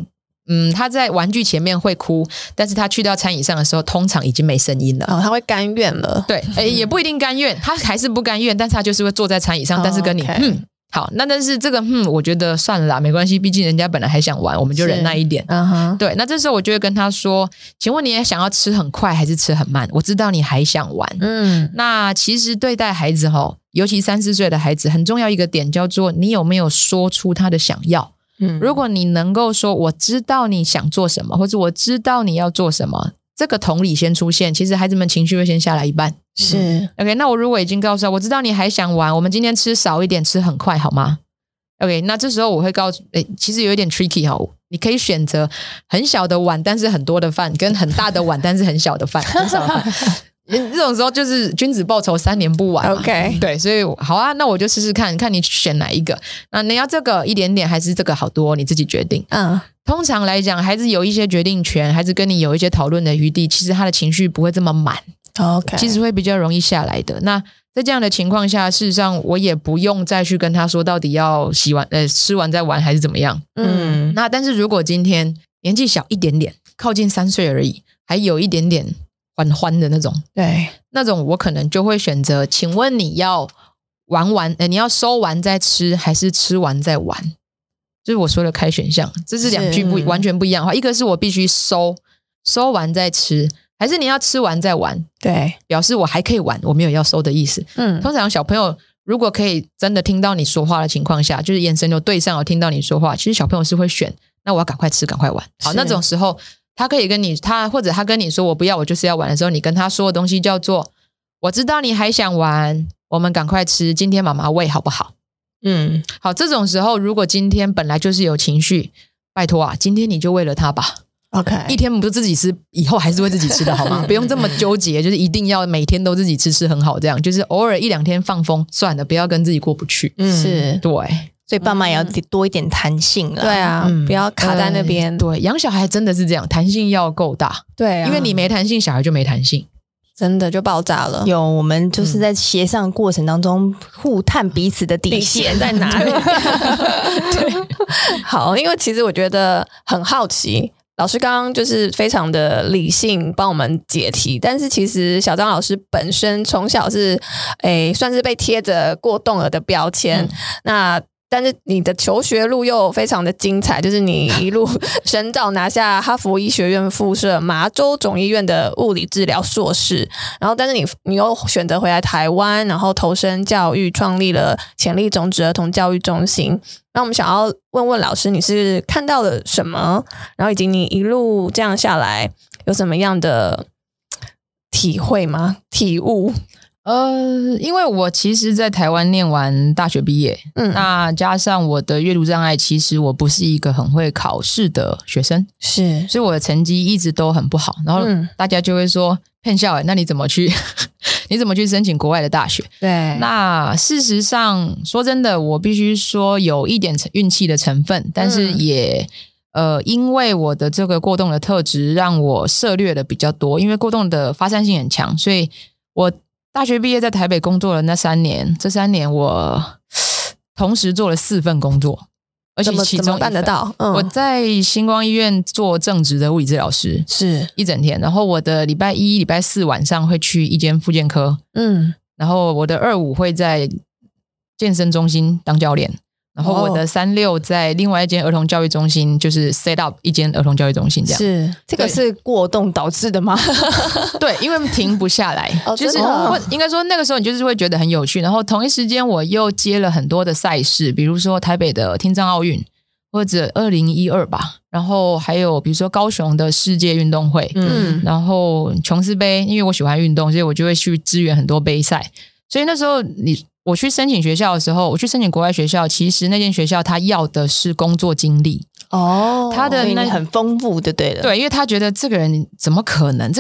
他在玩具前面会哭，但是他去到餐椅上的时候通常已经没声音了。 他会甘愿了。 对，也不一定甘愿，他还是不甘愿，但是他就是会坐在餐椅上，但是跟你好，那但是这个我觉得算了啦，没关系，毕竟人家本来还想玩，我们就忍耐一点。对，那这时候我就会跟他说，请问你也想要吃很快还是吃很慢？我知道你还想玩。那其实对待孩子尤其3-4岁的孩子，很重要一个点叫做你有没有说出他的想要。如果你能够说我知道你想做什么，或者我知道你要做什么，这个同理先出现，其实孩子们情绪会先下来一半。 是 OK， 那我如果已经告诉他我知道你还想玩，我们今天吃少一点，吃很快好吗？ OK， 那这时候我会告诉其实有一点 tricky 你可以选择很小的碗但是很多的饭，跟很大的碗但是很小的饭很少的饭这种时候就是君子报仇3年不晚。 OK， 对，所以好啊，那我就试试看你选哪一个。那你要这个一点点还是这个好多，你自己决定。通常来讲孩子有一些决定权，孩子跟你有一些讨论的余地，其实他的情绪不会这么满。 OK， 其实会比较容易下来的。那在这样的情况下，事实上我也不用再去跟他说到底要吃完再玩还是怎么样。那但是如果今天年纪小一点点，靠近3岁而已，还有一点点欢的那种， 对， 那种我可能就会选择，请问你要玩完你要收完再吃还是吃完再玩？就是我说的开选项，这是2句完全不一样的话。一个是我必须收完再吃，还是你要吃完再玩？ 对， 表示我还可以玩，我没有要收的意思。通常小朋友如果可以真的听到你说话的情况下，就是眼神有对上，有听到你说话，其实小朋友是会选那我要赶快吃赶快玩。好，那种时候他可以跟你或者他跟你说我不要，我就是要玩的时候，你跟他说的东西叫做我知道你还想玩，我们赶快吃，今天妈妈喂好不好？好，这种时候如果今天本来就是有情绪，拜托啊，今天你就喂了他吧。 OK， 一天不自己吃，以后还是会自己吃的好吗？不用这么纠结，就是一定要每天都自己吃很好，这样就是偶尔1-2天放风算了，不要跟自己过不去。 是， 对， 所以爸妈也要多一点弹性了。 对啊，不要卡在那边。 对，养小孩真的是这样，弹性要够大。 对啊， 因为你没弹性，小孩就没弹性。 真的就爆炸了。 有，我们就是在协商过程当中互探彼此的底线在哪里。对，好，因为其实我觉得很好奇，老师刚刚就是非常的理性帮我们解题，但是其实小张老师本身从小是算是被贴着过动儿的标签，但是你的求学路又非常的精彩，就是你一路深造拿下哈佛医学院附设麻州总医院的物理治疗硕士，然后但是你又选择回来台湾，然后投身教育，创立了潜力种子儿童教育中心。那我们想要问问老师，你是看到了什么，然后以及你一路这样下来有什么样的体会吗？体悟？ 因为我其实在台湾念完大学毕业，那加上我的阅读障碍，其实我不是一个很会考试的学生， 是， 所以我的成绩一直都很不好，然后大家就会说骗笑那你怎么去申请国外的大学？ 对， 那事实上说真的，我必须说有一点运气的成分，但是也因为我的这个过动的特质让我涉略的比较多，因为过动的发散性很强，所以我大学毕业在台北工作了这3年我同时做了4份工作，而且其中怎么办得到？ 我在星光医院做正职的物理治疗师， 是一整天，然后我的礼拜1、礼拜4晚上会去一间复健科，然后我的2、5会在健身中心当教练，然后我的3、6在另外一间儿童教育中心，就是 set up 一间儿童教育中心这样。 是，这个是过动导致的吗？ 对，因为停不下来，就是应该说那个时候你就是会觉得很有趣，然后同一时间我又接了很多的赛事，比如说台北的听障奥运或者2012吧，然后还有比如说高雄的世界运动会，然后琼斯杯，因为我喜欢运动，所以我就会去支援很多杯赛，所以那时候我去申请学校的时候，我去申请国外学校，其实那间学校他要的是工作经历他的那很丰富的，对了， 对，因为他觉得这个人怎么可能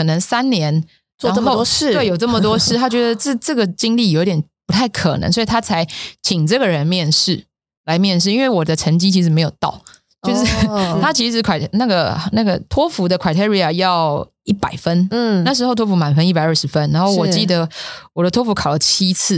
3年做这么多事， 对，有这么多事，他觉得这个经历有点不太可能，所以他才请这个人来面试，因为我的成绩其实没有到，就是他其实那个托福的 criteria 要100分，那时候托福满分120分，然后我记得我的托福考了7次。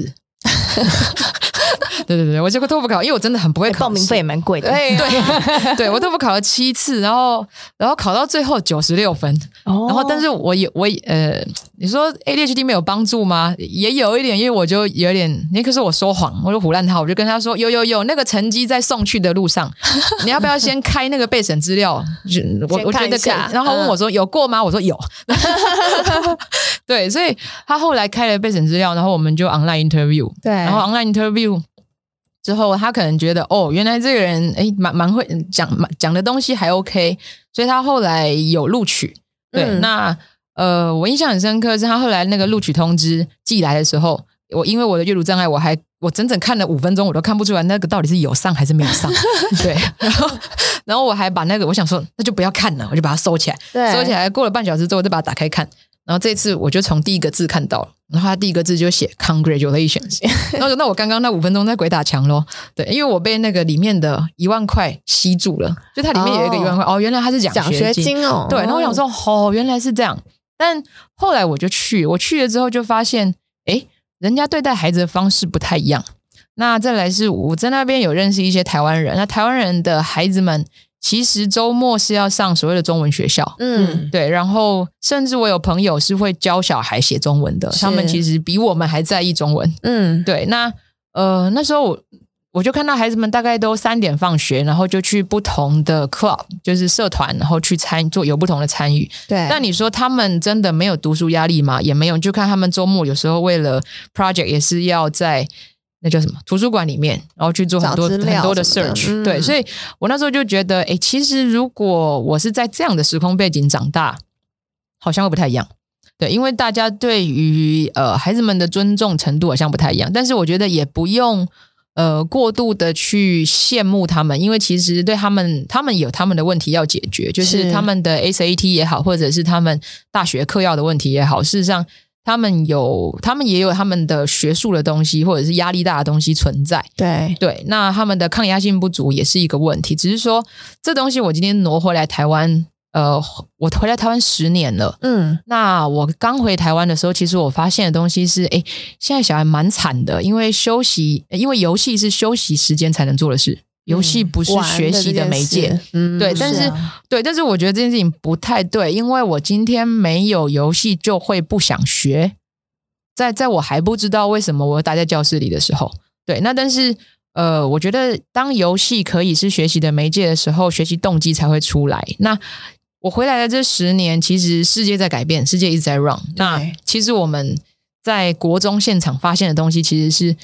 对，我结果托福考，因为我真的很不会考试， 报名费也蛮贵的。 对，我托福考了7次，然后考到最后96分。然后但是我你说 ADHD 没有帮助吗？也有一点，因为我就有点，可是我说谎，我就唬烂他，我就跟他说有那个成绩在送去的路上，你要不要先开那个备审资料？我觉得可以。然后他问我说有过吗？我说有。对，所以他后来开了备审资料，然后我们就 online interview。对，然后 online interview。之后他可能觉得原来这个人蛮会讲的东西还 OK， 所以他后来有录取。对，那我印象很深刻是他后来那个录取通知寄来的时候，因为我的阅读障碍，我整整看了5分钟，我都看不出来那个到底是有上还是没有上。对，然后我还把那个我想说那就不要看了，我就把它收起来。收起来过了半小时之后，我再把它打开看。然后这次我就从第一个字看到了，然后他第一个字就写 Congratulations。 然后那我刚刚那5分钟在鬼打墙咯。对，因为我被那个里面的1万块吸住了，就它里面有一个1万块。原来他是奖学金哦。对，然后我想说原来是这样。但后来我去了之后就发现人家对待孩子的方式不太一样。那再来是我在那边有认识一些台湾人，那台湾人的孩子们其实周末是要上所谓的中文学校。对，然后甚至我有朋友是会教小孩写中文的，他们其实比我们还在意中文。对，那那时候我就看到孩子们大概都3点放学，然后就去不同的 club， 就是社团，然后去有不同的参与。对，但你说他们真的没有读书压力吗？也没有，就看他们周末有时候为了 project 也是要在那叫什么图书馆里面，然后去做很多的 search。对，所以我那时候就觉得其实如果我是在这样的时空背景长大，好像会不太一样。对，因为大家对于孩子们的尊重程度好像不太一样，但是我觉得也不用过度的去羡慕他们，因为其实对他们有他们的问题要解决，就是他们的 SAT 也好，或者是他们大学课要的问题也好，事实上他们也有他们的学术的东西，或者是压力大的东西存在。对，那他们的抗压性不足也是一个问题，只是说这东西我今天挪回来台湾，我回来台湾10年了。那我刚回台湾的时候，其实我发现的东西是现在小孩蛮惨的，因为游戏是休息时间才能做的事，游戏不是学习的媒介。对，但是我觉得这件事情不太对，因为我今天没有游戏就会不想学，在我还不知道为什么我待在教室里的时候。对，那但是我觉得当游戏可以是学习的媒介的时候，学习动机才会出来。那我回来的这10年，其实世界在改变，世界一直在 run。那其实我们在国中现场发现的东西，其实是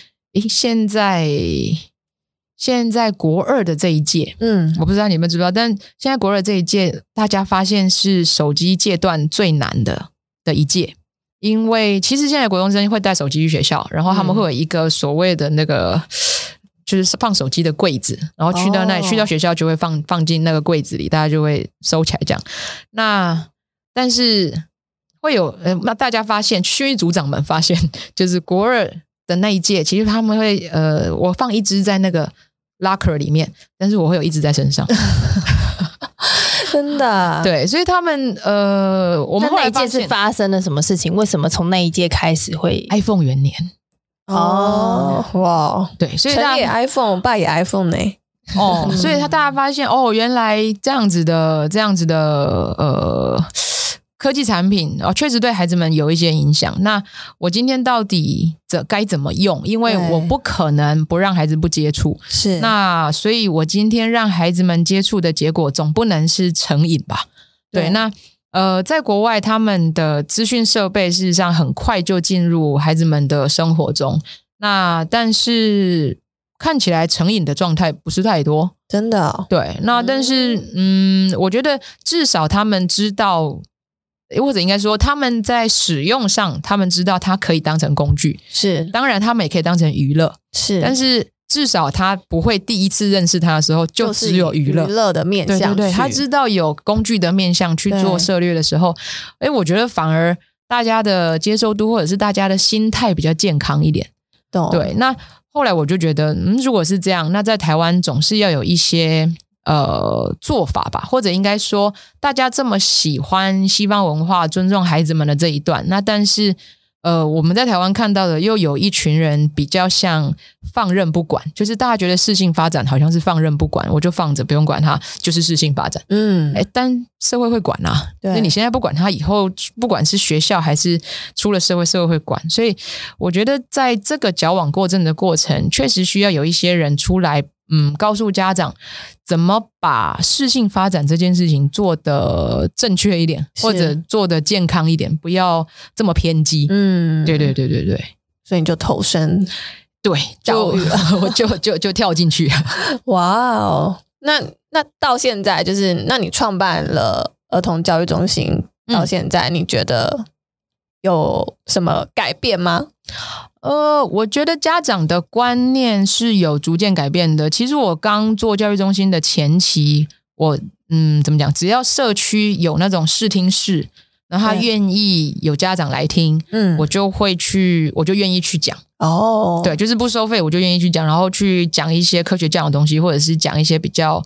现在国2的这一届，我不知道你们知不知道，但现在国2这一届，大家发现是手机戒断最难的一届。因为其实现在国中生会带手机去学校，然后他们会有一个所谓的那个就是放手机的柜子，然后去到学校就会放进那个柜子里，大家就会收起来这样。那但是会有那大家发现，训育组长们发现，就是国2的那一届，其实他们会我放一支在那个 locker 里面，但是我会有一支在身上。 真的。 对，所以他们我们后来那一届是发生了什么事情？为什么从那一届开始会 iPhone 元年？ 哇， 对，所以成也 iPhone， 我爸也 iPhone 呢。 所以大家发现原来这样子的科技产品确实对孩子们有一些影响。那我今天到底该怎么用？因为我不可能不让孩子不接触，是那所以我今天让孩子们接触的结果总不能是成瘾吧？对，那在国外他们的资讯设备事实上很快就进入孩子们的生活中，那但是看起来成瘾的状态不是太多， 真的。 对，那但是我觉得至少他们知道，或者应该说他们在使用上他们知道它可以当成工具，是当然他们也可以当成娱乐，是但是至少他不会第一次认识他的时候就只有娱乐的面向。 对，他知道有工具的面向去做策略的时候，我觉得反而大家的接受度或者是大家的心态比较健康一点。对，那后来我就觉得如果是这样，那在台湾总是要有一些做法吧，或者应该说大家这么喜欢西方文化，尊重孩子们的这一段，那但是我们在台湾看到的又有一群人比较像放任不管，就是大家觉得适性发展好像是放任不管，我就放着不用管它，就是适性发展。但社会会管啊，那你现在不管它，以后不管是学校还是出了社会，社会会管。所以我觉得在这个矫枉过正的过程，确实需要有一些人出来告诉家长怎么把适性发展这件事情做得正确一点，或者做得健康一点，不要这么偏激。对， 所以你就投身对教育了，我就跳进去。 哇哦，那到现在就是那你创办了儿童教育中心到现在，你觉得有什么改变吗？ 我觉得家长的观念是有逐渐改变的。其实我刚做教育中心的前期，我怎么讲？只要社区有那种视听室，然后他愿意有家长来听，我就愿意去讲。对，就是不收费，我就愿意去讲，然后去讲一些科学教养的东西，或者是讲一些比较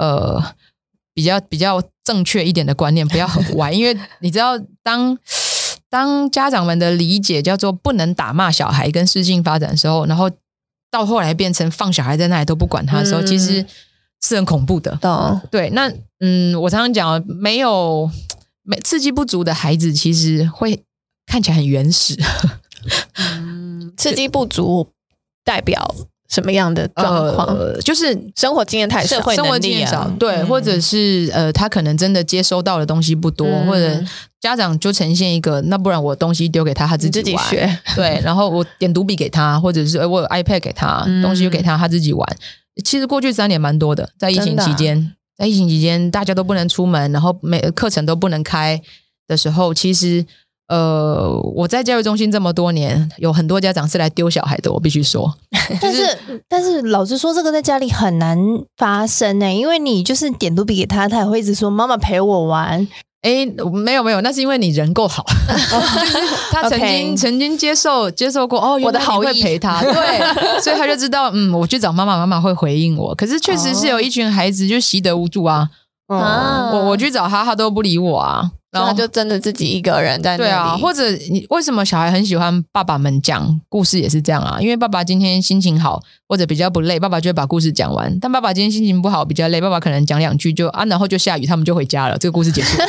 正确一点的观念，不要很歪，因为你知道当家长们的理解叫做不能打骂小孩跟适性发展的时候，然后到后来变成放小孩在那里都不管他的时候，其实是很恐怖的。对，那我常常讲，刺激不足的孩子其实会看起来很原始。 刺激不足代表什么样的状况？ 就是生活经验太少，社会能力少，对，或者是他可能真的接收到的东西不多，或者家长就呈现一个，那不然我东西丢给他，他自己玩， 学， 对，然后我点读笔给他，或者是我有 iPad 给他，东西就给他，他自己玩。其实过去3年蛮多的，在疫情期间，大家都不能出门，然后课程都不能开的时候，其实我在教育中心这么多年，有很多家长是来丢小孩的，我必须说。 但是老实说，这个在家里很难发生因为你就是点读笔给他，他也会一直说妈妈陪我玩。 没有，那是因为你人够好。他曾经接受过我的好意， 会陪他，对，所以他就知道我去找妈妈，妈妈会回应我。可是确实是有一群孩子就习得无助啊。我去找他都不理我啊。 然后他就真的自己一个人在那里。 对啊，或者你为什么小孩很喜欢爸爸们讲故事也是这样啊？因为爸爸今天心情好或者比较不累，爸爸就会把故事讲完。但爸爸今天心情不好比较累，爸爸可能讲2句然后就下雨，他们就回家了，这个故事结束。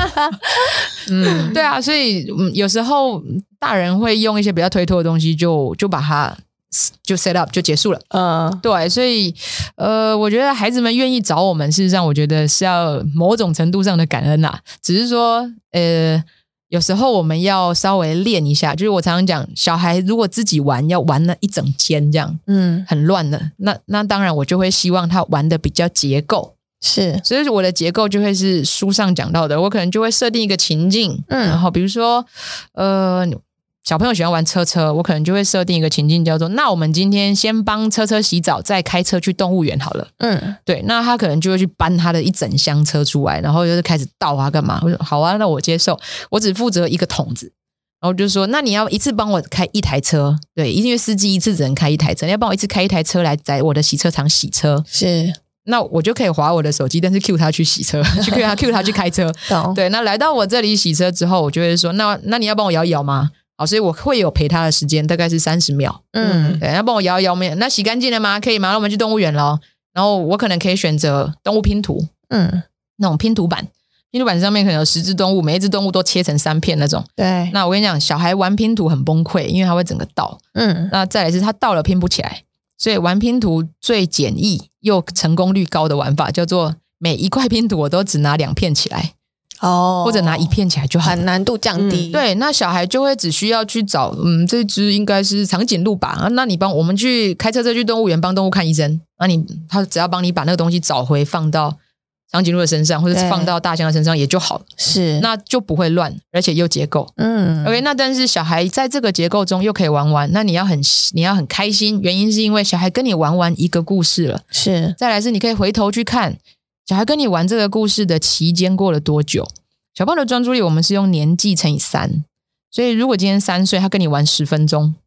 对啊，所以有时候大人会用一些比较推脱的东西就把它就 set up 就结束了。对，所以我觉得孩子们愿意找我们，事实上我觉得是要某种程度上的感恩啦。只是说有时候我们要稍微练一下，就是我常常讲，小孩如果自己玩要玩了一整天这样，很乱的，那当然我就会希望他玩的比较结构。 是， 所以我的结构就会是书上讲到的，我可能就会设定一个情境，然后比如说小朋友喜欢玩车车，我可能就会设定一个情境叫做，那我们今天先帮车车洗澡，再开车去动物园好了。对，那他可能就会去搬他的一整箱车出来，然后就是开始倒啊干嘛。我说好啊，那我接受，我只负责一个桶子。然后就说那你要一次帮我开1台车，对，因为司机一次只能开1台车，你要帮我一次开1台车来在我的洗车场洗车。 是， 那我就可以滑我的手机，但是 cue 他去洗车，去 cue 他去开车。对，那来到我这里洗车之后，我就会说那你要帮我摇一摇吗？好，所以我会有陪他的时间，大概是30秒。对，要帮我摇一摇没？那洗干净了吗？可以吗？那我们去动物园咯。然后我可能可以选择动物拼图，那种拼图板上面可能有10只动物，每一只动物都切成3片那种。 对， 那我跟你讲，小孩玩拼图很崩溃，因为他会整个倒。那再来是他倒了拼不起来，所以玩拼图最简易又成功率高的玩法叫做每一块拼图我都只拿2片起来。或者拿1片起来就好， 很难度降低。 对，那小孩就会只需要去找，这只应该是长颈鹿吧？那你帮我们去开车去动物园帮动物看医生，他只要帮你把那个东西找回放到长颈鹿的身上，或者是放到大象的身上也就好了。 是， 那就不会乱，而且又结构。OK， 那但是小孩在这个结构中又可以玩完，那你要很开心，原因是因为小孩跟你玩完一个故事了。 是， 再来是你可以回头去看。小孩跟你玩这个故事的期间过了多久？小朋友的专注力我们是用年纪乘以3，所以如果今天3岁他跟你玩10分钟，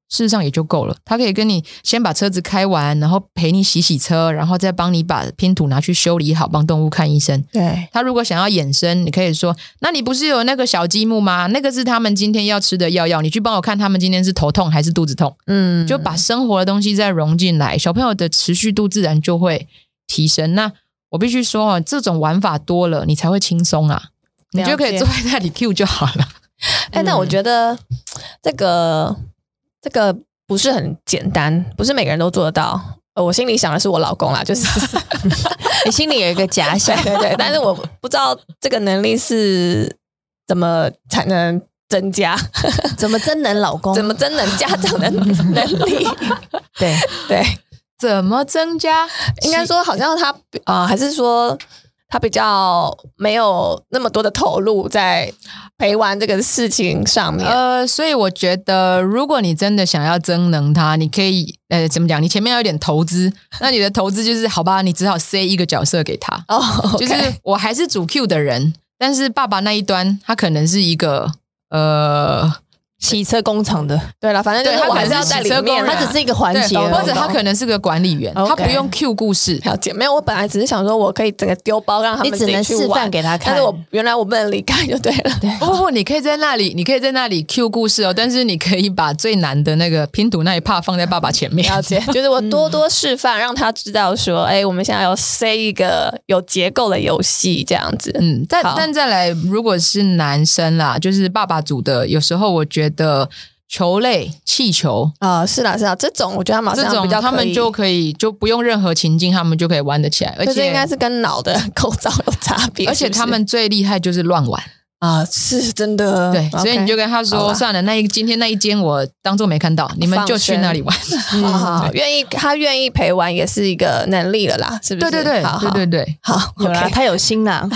事实上也就够了。他可以跟你先把车子开完，然后陪你洗洗车，然后再帮你把拼图拿去修理好，帮动物看医生。 对， 他如果想要衍生，你可以说，那你不是有那个小积木吗？那个是他们今天要吃的药，你去帮我看他们今天是头痛还是肚子痛。就把生活的东西再融进来，小朋友的持续度自然就会提升。那我必须说这种玩法多了，你才会轻松啊，你就可以坐在那里 Q 就好了。 但我觉得这个不是很简单，不是每个人都做得到。我心里想的是我老公啦，就是你心里有一个假想， 对，但是我不知道这个能力是怎么才能增加， 怎么增能老公， 怎么增能家长的能力？对， 怎么增加？ 应该说好像他还是说他比较没有那么多的投入在陪玩这个事情上面。 所以我觉得如果你真的想要增能他，你可以怎么讲？你前面要有点投资，那你的投资就是好吧，你只好塞一个角色给他。 okay 就是我还是主 Q 的人，但是爸爸那一端他可能是一个洗车工厂的， 对了，反正就是我还是要在里面， 他只是一个环节， 或者他可能是个管理员，他不用 Q 故事。 了解，没有，我本来只是想说我可以整个丢包让他们自己去玩， 你只能示范给他看， 但是原来我不能离开就对了。 不，你可以在那里 Q 故事哦，但是你可以把最难的那个拼图那一 part 放在爸爸前面。 了解，就是我多多示范，让他知道说，我们现在要塞一个有结构的游戏这样子。 但再来，如果是男生啦，就是爸爸组的，有时候我觉得球类、气球是啦，这种我觉得他马上比较他们就可以就不用任何情境，他们就可以玩得起来，而且应该是跟脑的构造有差别， 而且他们最厉害就是乱玩是真的。 对，所以你就跟他说算了，今天那一间我当作没看到，你们就去那里玩。 他愿意陪玩也是一个能力了啦，是不是？ 对， 好，有啦，他有心啦。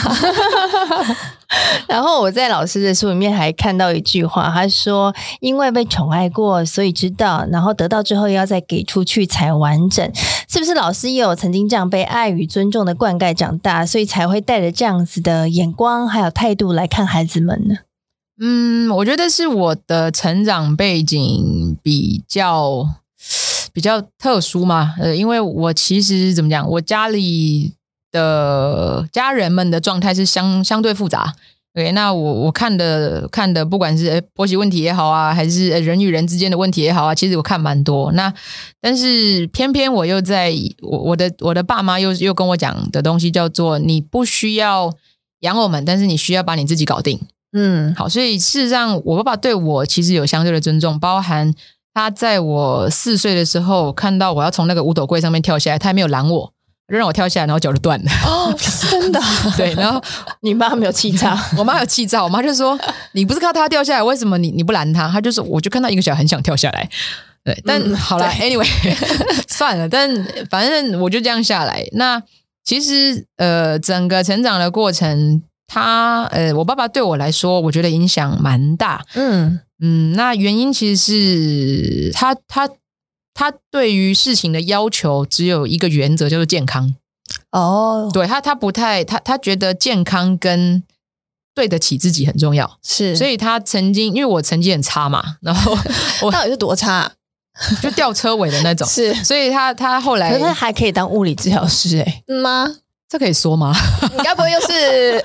然后我在老师的书里面还看到一句话，他说因为被宠爱过所以知道，然后得到之后要再给出去才完整。是不是老师也有曾经这样被爱与尊重的灌溉长大，所以才会带着这样子的眼光还有态度来看孩子们呢？ 我觉得是我的成长背景比较特殊嘛，因为我其实怎么讲，我家里的家人们的状态是相对复杂。对，那我看的不管是婆媳问题也好啊，还是人与人之间的问题也好啊，其实我看蛮多。那但是偏偏我又在我的爸妈又跟我讲的东西叫做你不需要养我们，但是你需要把你自己搞定。好，所以事实上我爸爸对我其实有相对的尊重，包含他在我4岁的时候看到我要从那个五斗柜上面跳下来，他还没有拦我，就让我跳下来，然后脚就断了。 真的？ 对，然后你妈没有气炸？ 我妈有气炸，我妈就说你不是看到他掉下来，为什么你不拦他？他就说我就看到一个小孩很想跳下来。对，但好啦 anyway 算了，但反正我就这样下来。那其实整个成长的过程，我爸爸对我来说我觉得影响蛮大。那原因其实是他对于事情的要求只有一个原则，叫做健康。对，他不太他觉得健康跟对得起自己很重要， 是， 所以他曾经因为我成绩很差嘛，然后我到底是多差？ 就吊车尾的那种， 是， 所以他后来， 可是他还可以当物理治疗师吗？ 这可以说吗？ 你该不会又是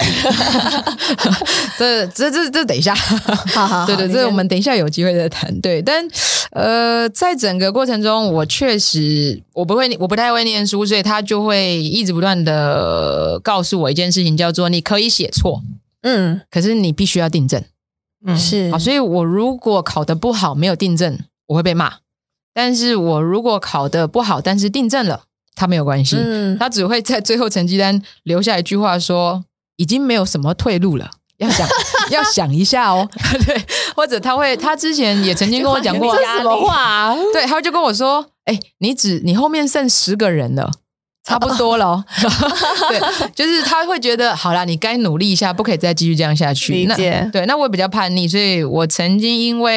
这等一下， 好对，这我们等一下有机会再谈。对，但在整个过程中，我确实我不太会念书，所以他就会一直不断的告诉我一件事情，叫做你可以写错，可是你必须要订正， 是好，所以我如果考得不好没有订正，我会被骂，但是我如果考得不好但是订正了，他没有关系，他只会在最后成绩单留下一句话说已经没有什么退路了，要想一下哦。对，或者他之前也曾经跟我讲过这什么话啊？ 对，他就跟我说你后面剩10个人了，差不多了哦。对，就是他会觉得好啦，你该努力一下，不可以再继续这样下去。 理解。 对，那我比较叛逆，所以我曾经因为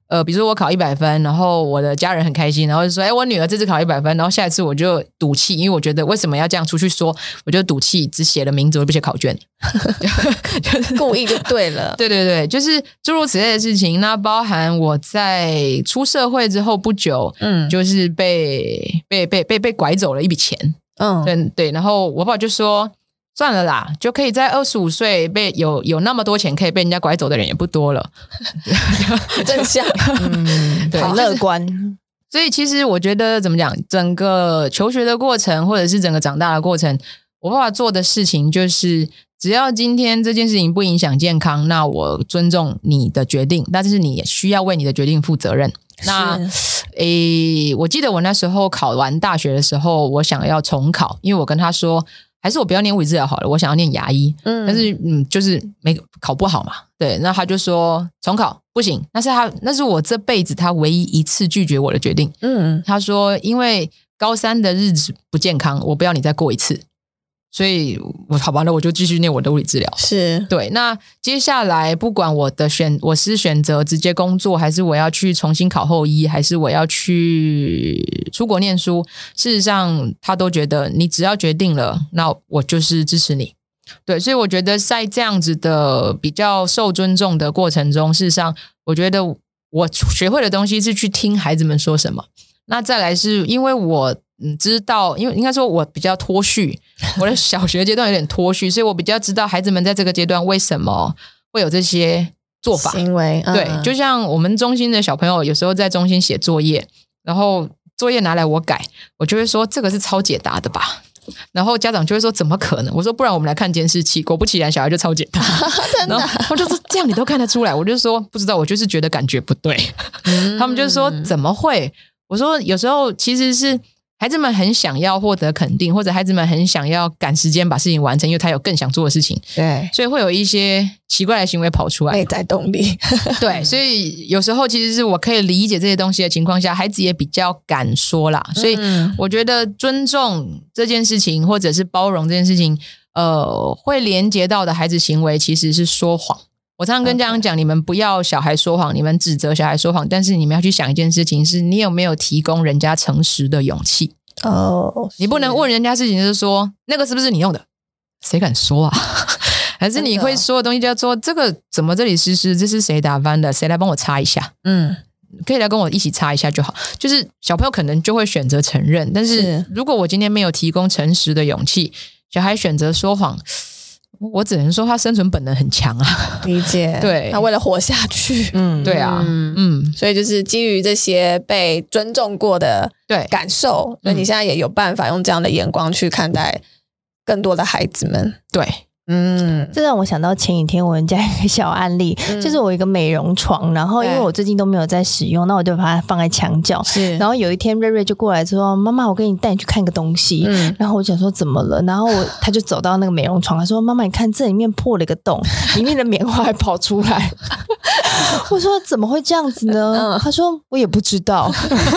比如说我考100分，然后我的家人很开心，然后就说我女儿这次考100分，然后下一次我就赌气，因为我觉得为什么要这样出去说，我就赌气只写了名字，我不写考卷故意就对了。 对对对，就是诸如此类的事情。那包含我在出社会之后不久，就是被拐走了一笔钱，对，然后我爸就说算了啦，就可以在25岁有那么多钱可以被人家拐走的人也不多了。 正向， 对，很乐观。 所以其实我觉得怎么讲，整个求学的过程或者是整个长大的过程，我爸爸做的事情就是只要今天这件事情不影响健康，那我尊重你的决定，但是你也需要为你的决定负责任。那我记得我那时候考完大学的时候，我想要重考，因为我跟他说还是我不要念物理治疗好了，我想要念牙医。但是就是没考不好嘛。对，那他就说重考不行，那是我这辈子他唯一一次拒绝我的决定。他说因为高3的日子不健康，我不要你再过一次。所以好吧，那我就继续念我的物理治疗。是，对。那接下来不管我是选择直接工作，还是我要去重新考后医，还是我要去出国念书，事实上他都觉得你只要决定了，那我就是支持你。对，所以我觉得在这样子的比较受尊重的过程中，事实上我觉得我学会的东西是去听孩子们说什么。那再来是因为我知道，因为应该说我比较脱序，我的小学阶段有点脱序，所以我比较知道孩子们在这个阶段为什么会有这些做法行为。 对，就像我们中心的小朋友有时候在中心写作业，然后作业拿来我改，我就会说这个是抄解答的吧，然后家长就会说怎么可能，我说不然我们来看监视器，果不其然小孩就抄解答然后我就说这样你都看得出来，我就说不知道，我就是觉得感觉不对他们就说怎么会，我说有时候其实是孩子们很想要获得肯定，或者孩子们很想要赶时间把事情完成，因为他有更想做的事情。对，所以会有一些奇怪的行为跑出来， 内在动力对，所以有时候其实是我可以理解这些东西的情况下，孩子也比较敢说啦。所以我觉得尊重这件事情或者是包容这件事情会连接到的孩子行为其实是说谎。我常常跟家长讲，你们不要小孩说谎，你们指责小孩说谎，但是你们要去想一件事情，是你有没有提供人家诚实的勇气。你不能问人家事情就是说那个是不是你用的，谁敢说啊还是你会说的东西叫做这个怎么这里湿湿，这是谁打翻的，谁来帮我擦一下，可以来跟我一起擦一下就好。就是小朋友可能就会选择承认，但是如果我今天没有提供诚实的勇气，小孩选择说谎，我只能说他生存本能很强啊。 理解，对，他为了活下去， 对啊， 所以就是基于这些被尊重过的感受，所以你现在也有办法用这样的眼光去看待更多的孩子们。对， 这让我想到前几天我们家一个小案例，就是我一个美容床，然后因为我最近都没有在使用，那我就把它放在墙角。然后有一天瑞瑞就过来说：“妈妈，我跟你带你去看个东西。”然后我想说怎么了？然后他就走到那个美容床，他说：“妈妈，你看这里面破了一个洞，里面的棉花还跑出来。”我说：“怎么会这样子呢？”他说：“我也不知道。”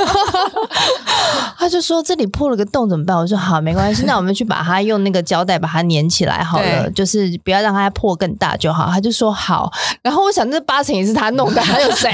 他就说：“这里破了个洞怎么办？”我说：“好，没关系，那我们去把它用那个胶带把它粘起来好了。”就是不要让它破更大就好。他就说好，然后我想这8成也是他弄的，还有谁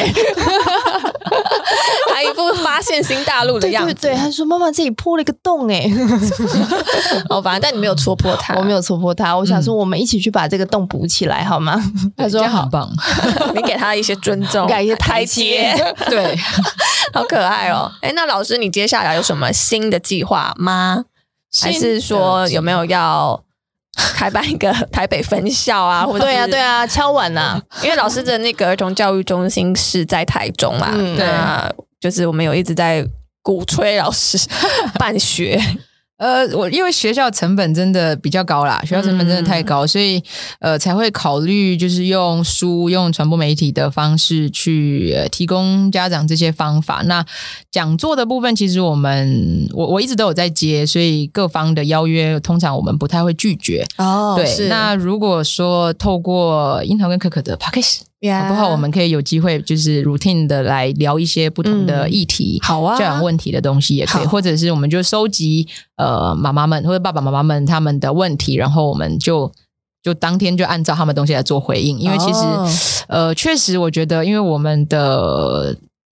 还一副发现新大陆的样子。 对，他说妈妈这里破了一个洞反正但你没有戳破他。 我没有戳破他，我想说我们一起去把这个洞补起来好吗？他说好， 很棒你给他一些尊重， 给一些台阶对，好可爱哦。那老师你接下来有什么新的计划吗？还是说有没有要开办一个台北分校啊？或者对啊，敲碗啊！ 因为老师的那个儿童教育中心是在台中嘛，那就是我们有一直在鼓吹老师办学。 我因为学校成本真的比较高啦，学校成本真的太高，所以才会考虑就是用书、用传播媒体的方式去提供家长这些方法。那讲座的部分，其实我一直都有在接，所以各方的邀约通常我们不太会拒绝。对，那如果说透过樱桃跟可可的 Podcast。好不好？我们可以有机会就是 routine 的来聊一些不同的议题，好啊，教养问题的东西也可以，或者是我们就收集妈妈们或者爸爸妈妈们他们的问题，然后我们就当天就按照他们的东西来做回应。因为其实确实我觉得因为我们的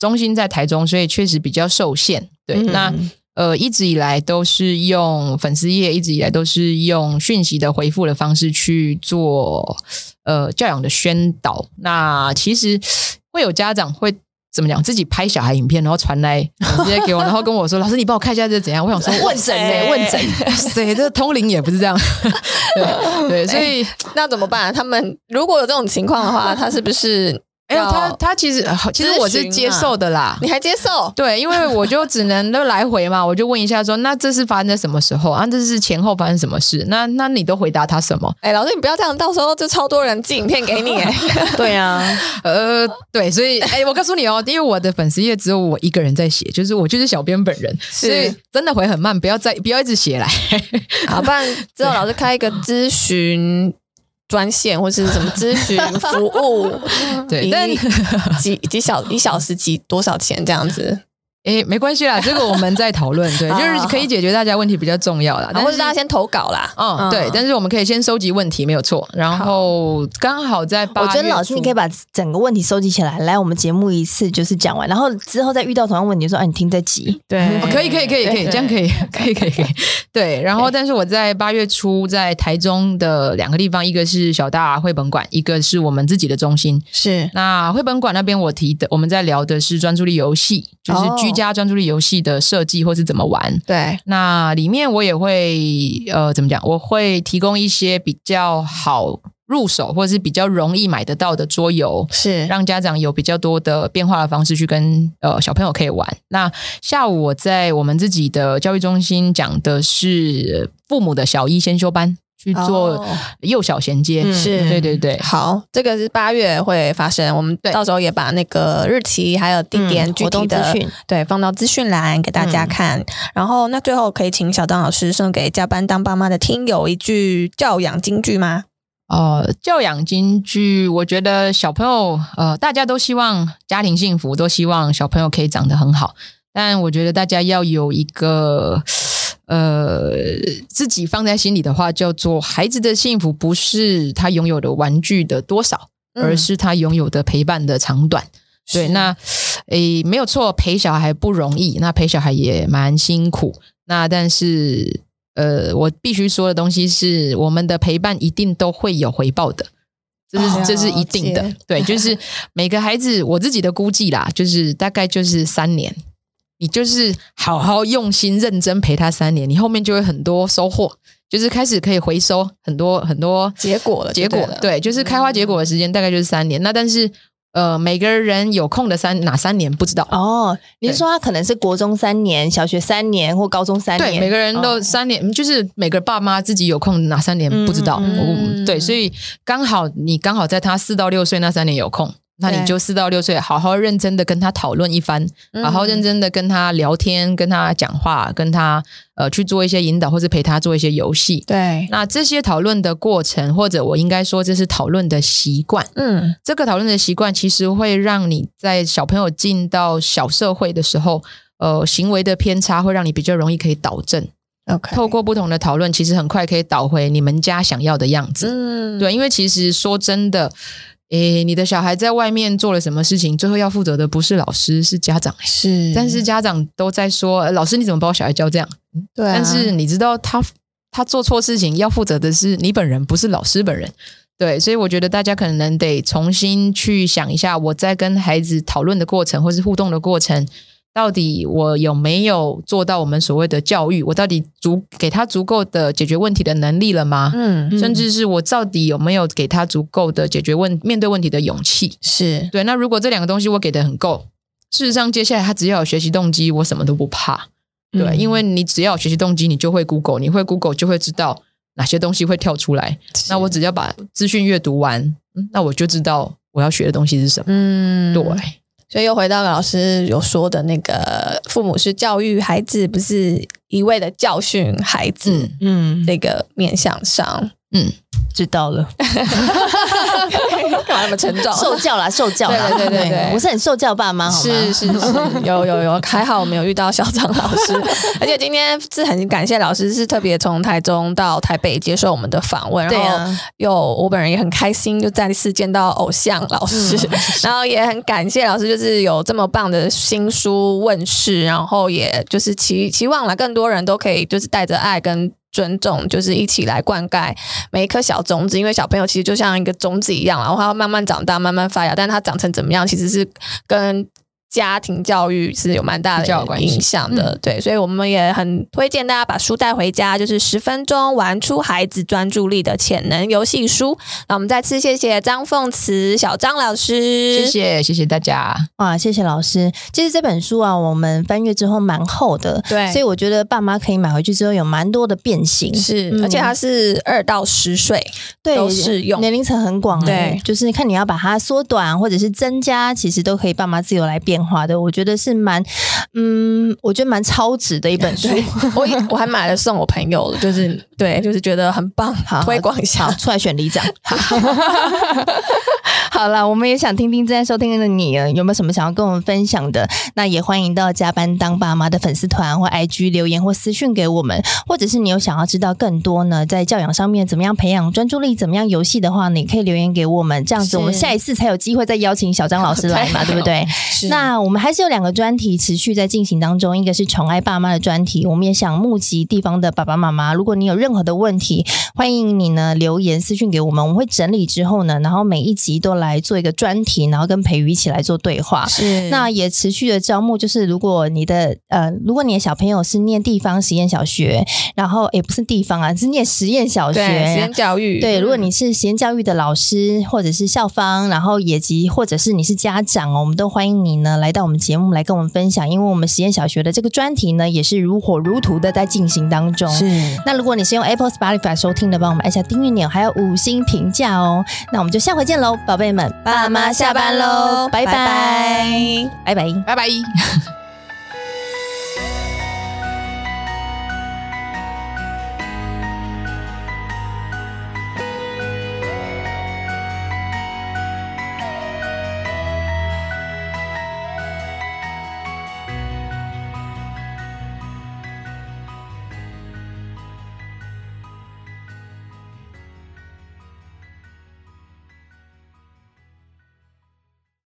中心在台中，所以确实比较受限。对，那一直以来都是用粉丝页，一直以来都是用讯息的回复的方式去做教养的宣导。那其实会有家长会怎么讲，自己拍小孩影片，然后传来直接给我，然后跟我说：“老师，你帮我看一下这怎样？”我想说问诊呢，问诊， 谁这通灵也不是这样。对，所以那怎么办？他们如果有这种情况的话，他是不是？ 他其实我是接受的啦。 你还接受？ 对，因为我就只能来回嘛，我就问一下说，那这是发生在什么时候啊？这是前后发生什么事？那你都回答他什么？ 老师你不要这样，到时候就超多人寄影片给你。 对啊， 对，所以我告诉你哦，因为我的粉丝页只有我一个人在写，就是我就是小编本人，所以真的回很慢，不要一直写来。 好，不然之后老师开一个咨询专线或是什么咨询服务， 对，但一小时多少钱这样子？ 没关系啦，这个我们在讨论，对，就是可以解决大家问题比较重要啦。 或者大家先投稿啦， 对，但是我们可以先收集问题，没有错。然后刚好在8月初， 我觉得老师你可以把整个问题收集起来，来我们节目一次就是讲完，然后之后再遇到同样问题，说你听这集， 对， 可以，这样可以。对，然后但是我在8月初在台中的2个地方，一个是小大绘本馆，一个是我们自己的中心。 是那绘本馆那边我们在聊的是专注力游戏，就是居家专注力游戏的设计或是怎么玩。 对， 那里面我也会怎么讲？我会提供一些比较好入手或者是比较容易买得到的桌游， 是让家长有比较多的变化的方式去跟小朋友可以玩。那下午我在我们自己的教育中心讲的是父母的小一先修班。去做幼小衔接， 是， 对。 好，这个是8月会发生，我们到时候也把那个日期还有地点具体的资讯， 对，放到资讯栏给大家看。然后，那最后可以请小当老师送给加班当爸妈的听友一句教养金句吗？ 教养金句，我觉得小朋友大家都希望家庭幸福，都希望小朋友可以长得很好，但我觉得大家要有一个自己放在心里的话，叫做孩子的幸福不是他拥有的玩具的多少，而是他拥有的陪伴的长短。对，那没有错，陪小孩不容易，那陪小孩也蛮辛苦。那但是我必须说的东西是，我们的陪伴一定都会有回报的。这是一定的。对，就是每个孩子，我自己的估计啦，就是大概就是3年。你就是好好用心认真陪他3年，你后面就会很多收获，就是开始可以回收很多结果了。 对，就是开花结果的时间大概就是3年。那但是每个人有空的哪3年不知道哦。你是说他可能是国中3年、小学3年或高中3年？ 对，每个人都3年，就是每个爸妈自己有空哪3年不知道。对，所以你刚好在他4到6岁那3年有空。那你就4到6岁好好认真的跟他讨论一番，好好认真的跟他聊天，跟他讲话，跟他去做一些引导，或是陪他做一些游戏。 对， 那这些讨论的过程，或者我应该说这是讨论的习惯。这个讨论的习惯其实会让你在小朋友进到小社会的时候，行为的偏差会让你比较容易可以导正。 Okay. 透过不同的讨论，其实很快可以导回你们家想要的样子。对，因为其实说真的。你的小孩在外面做了什么事情，最后要负责的不是老师，是家长。 是， 但是家长都在说，老师你怎么把我小孩教这样？ 对啊。 但是你知道他做错事情要负责的是你本人，不是老师本人。对，所以我觉得大家可能得重新去想一下，我在跟孩子讨论的过程，或是互动的过程，到底我有没有做到我们所谓的教育？我到底给他足够的解决问题的能力了吗？甚至是我到底有没有给他足够的面对问题的勇气？ 是对。那如果这2个东西我给的很够，事实上接下来他只要有学习动机，我什么都不怕。对，因为你只要有学习动机，你就会 Google， 你会 Google 就会知道哪些东西会跳出来。那我只要把资讯阅读完，那我就知道我要学的东西是什么。对。 所以又回到老师有说的那个，父母是教育孩子，不是一味的教训孩子。这个面向上， 知道了。 干嘛那么沉重？ 受教啦，受教啦， 对， 我是很受教爸妈，好吗？ 是，有，还好我们有遇到校长老师，而且今天是很感谢老师，是特别从台中到台北接受我们的访问，然后我本人也很开心，就再次见到偶像老师，然后也很感谢老师，就是有这么棒的新书问世，然后也就是期望了更多人都可以就是带着爱跟尊重，就是一起来灌溉每一颗小种子，因为小朋友其实就像一个种子一样，然后他慢慢长大，慢慢发芽，但他长成怎么样，其实是跟家庭教育是有蛮大的影响的，对，所以我们也很推荐大家把书带回家，就是10分钟玩出孩子专注力的潜能游戏书。那我们再次谢谢张凤慈小张老师， 谢谢大家啊，谢谢老师。其实这本书啊，我们翻阅之后蛮厚的， 对， 所以我觉得爸妈可以买回去之后有蛮多的变形， 是，而且它是2到10岁都适用， 年龄层很广， 对， 就是看你要把它缩短或者是增加，其实都可以爸妈自由来变化的。我觉得是我觉得蛮超值的一本书。 我还买了送我朋友，就是觉得很棒，推广一下， 出来选里长。好了，我们也想听听正在收听的你有没有什么想要跟我们分享的，那也欢迎到加班当爸妈的粉丝团或 IG 留言或私讯给我们，或者是你有想要知道更多呢，在教养上面怎么样培养专注力，怎么样游戏的话，你可以留言给我们，这样子我们下一次才有机会再邀请小张老师来嘛，对不对？那我们还是有2个专题持续在进行当中，一个是宠爱爸妈的专题，我们也想募集地方的爸爸妈妈，如果你有任何的问题，欢迎你呢留言私讯给我们，我们会整理之后呢，然后每一集都来做一个专题，然后跟培瑜一起来做对话。 是， 那也持续的招募，就是如果你的小朋友是念地方实验小学，然后也不是地方啊，是念实验小学， 对，实验教育， 对，如果你是实验教育的老师或者是校方，然后也及或者是你是家长我们都欢迎你呢来到我们节目来跟我们分享，因为我们实验小学的这个专题呢也是如火如荼的在进行当中。 是， 那如果你是用 Apple Spotify 收听的，帮我们按下订阅钮，还有5星评价哦。那我们就下回见喽，宝贝们， 爸妈下班喽， 拜拜，拜拜， 拜拜。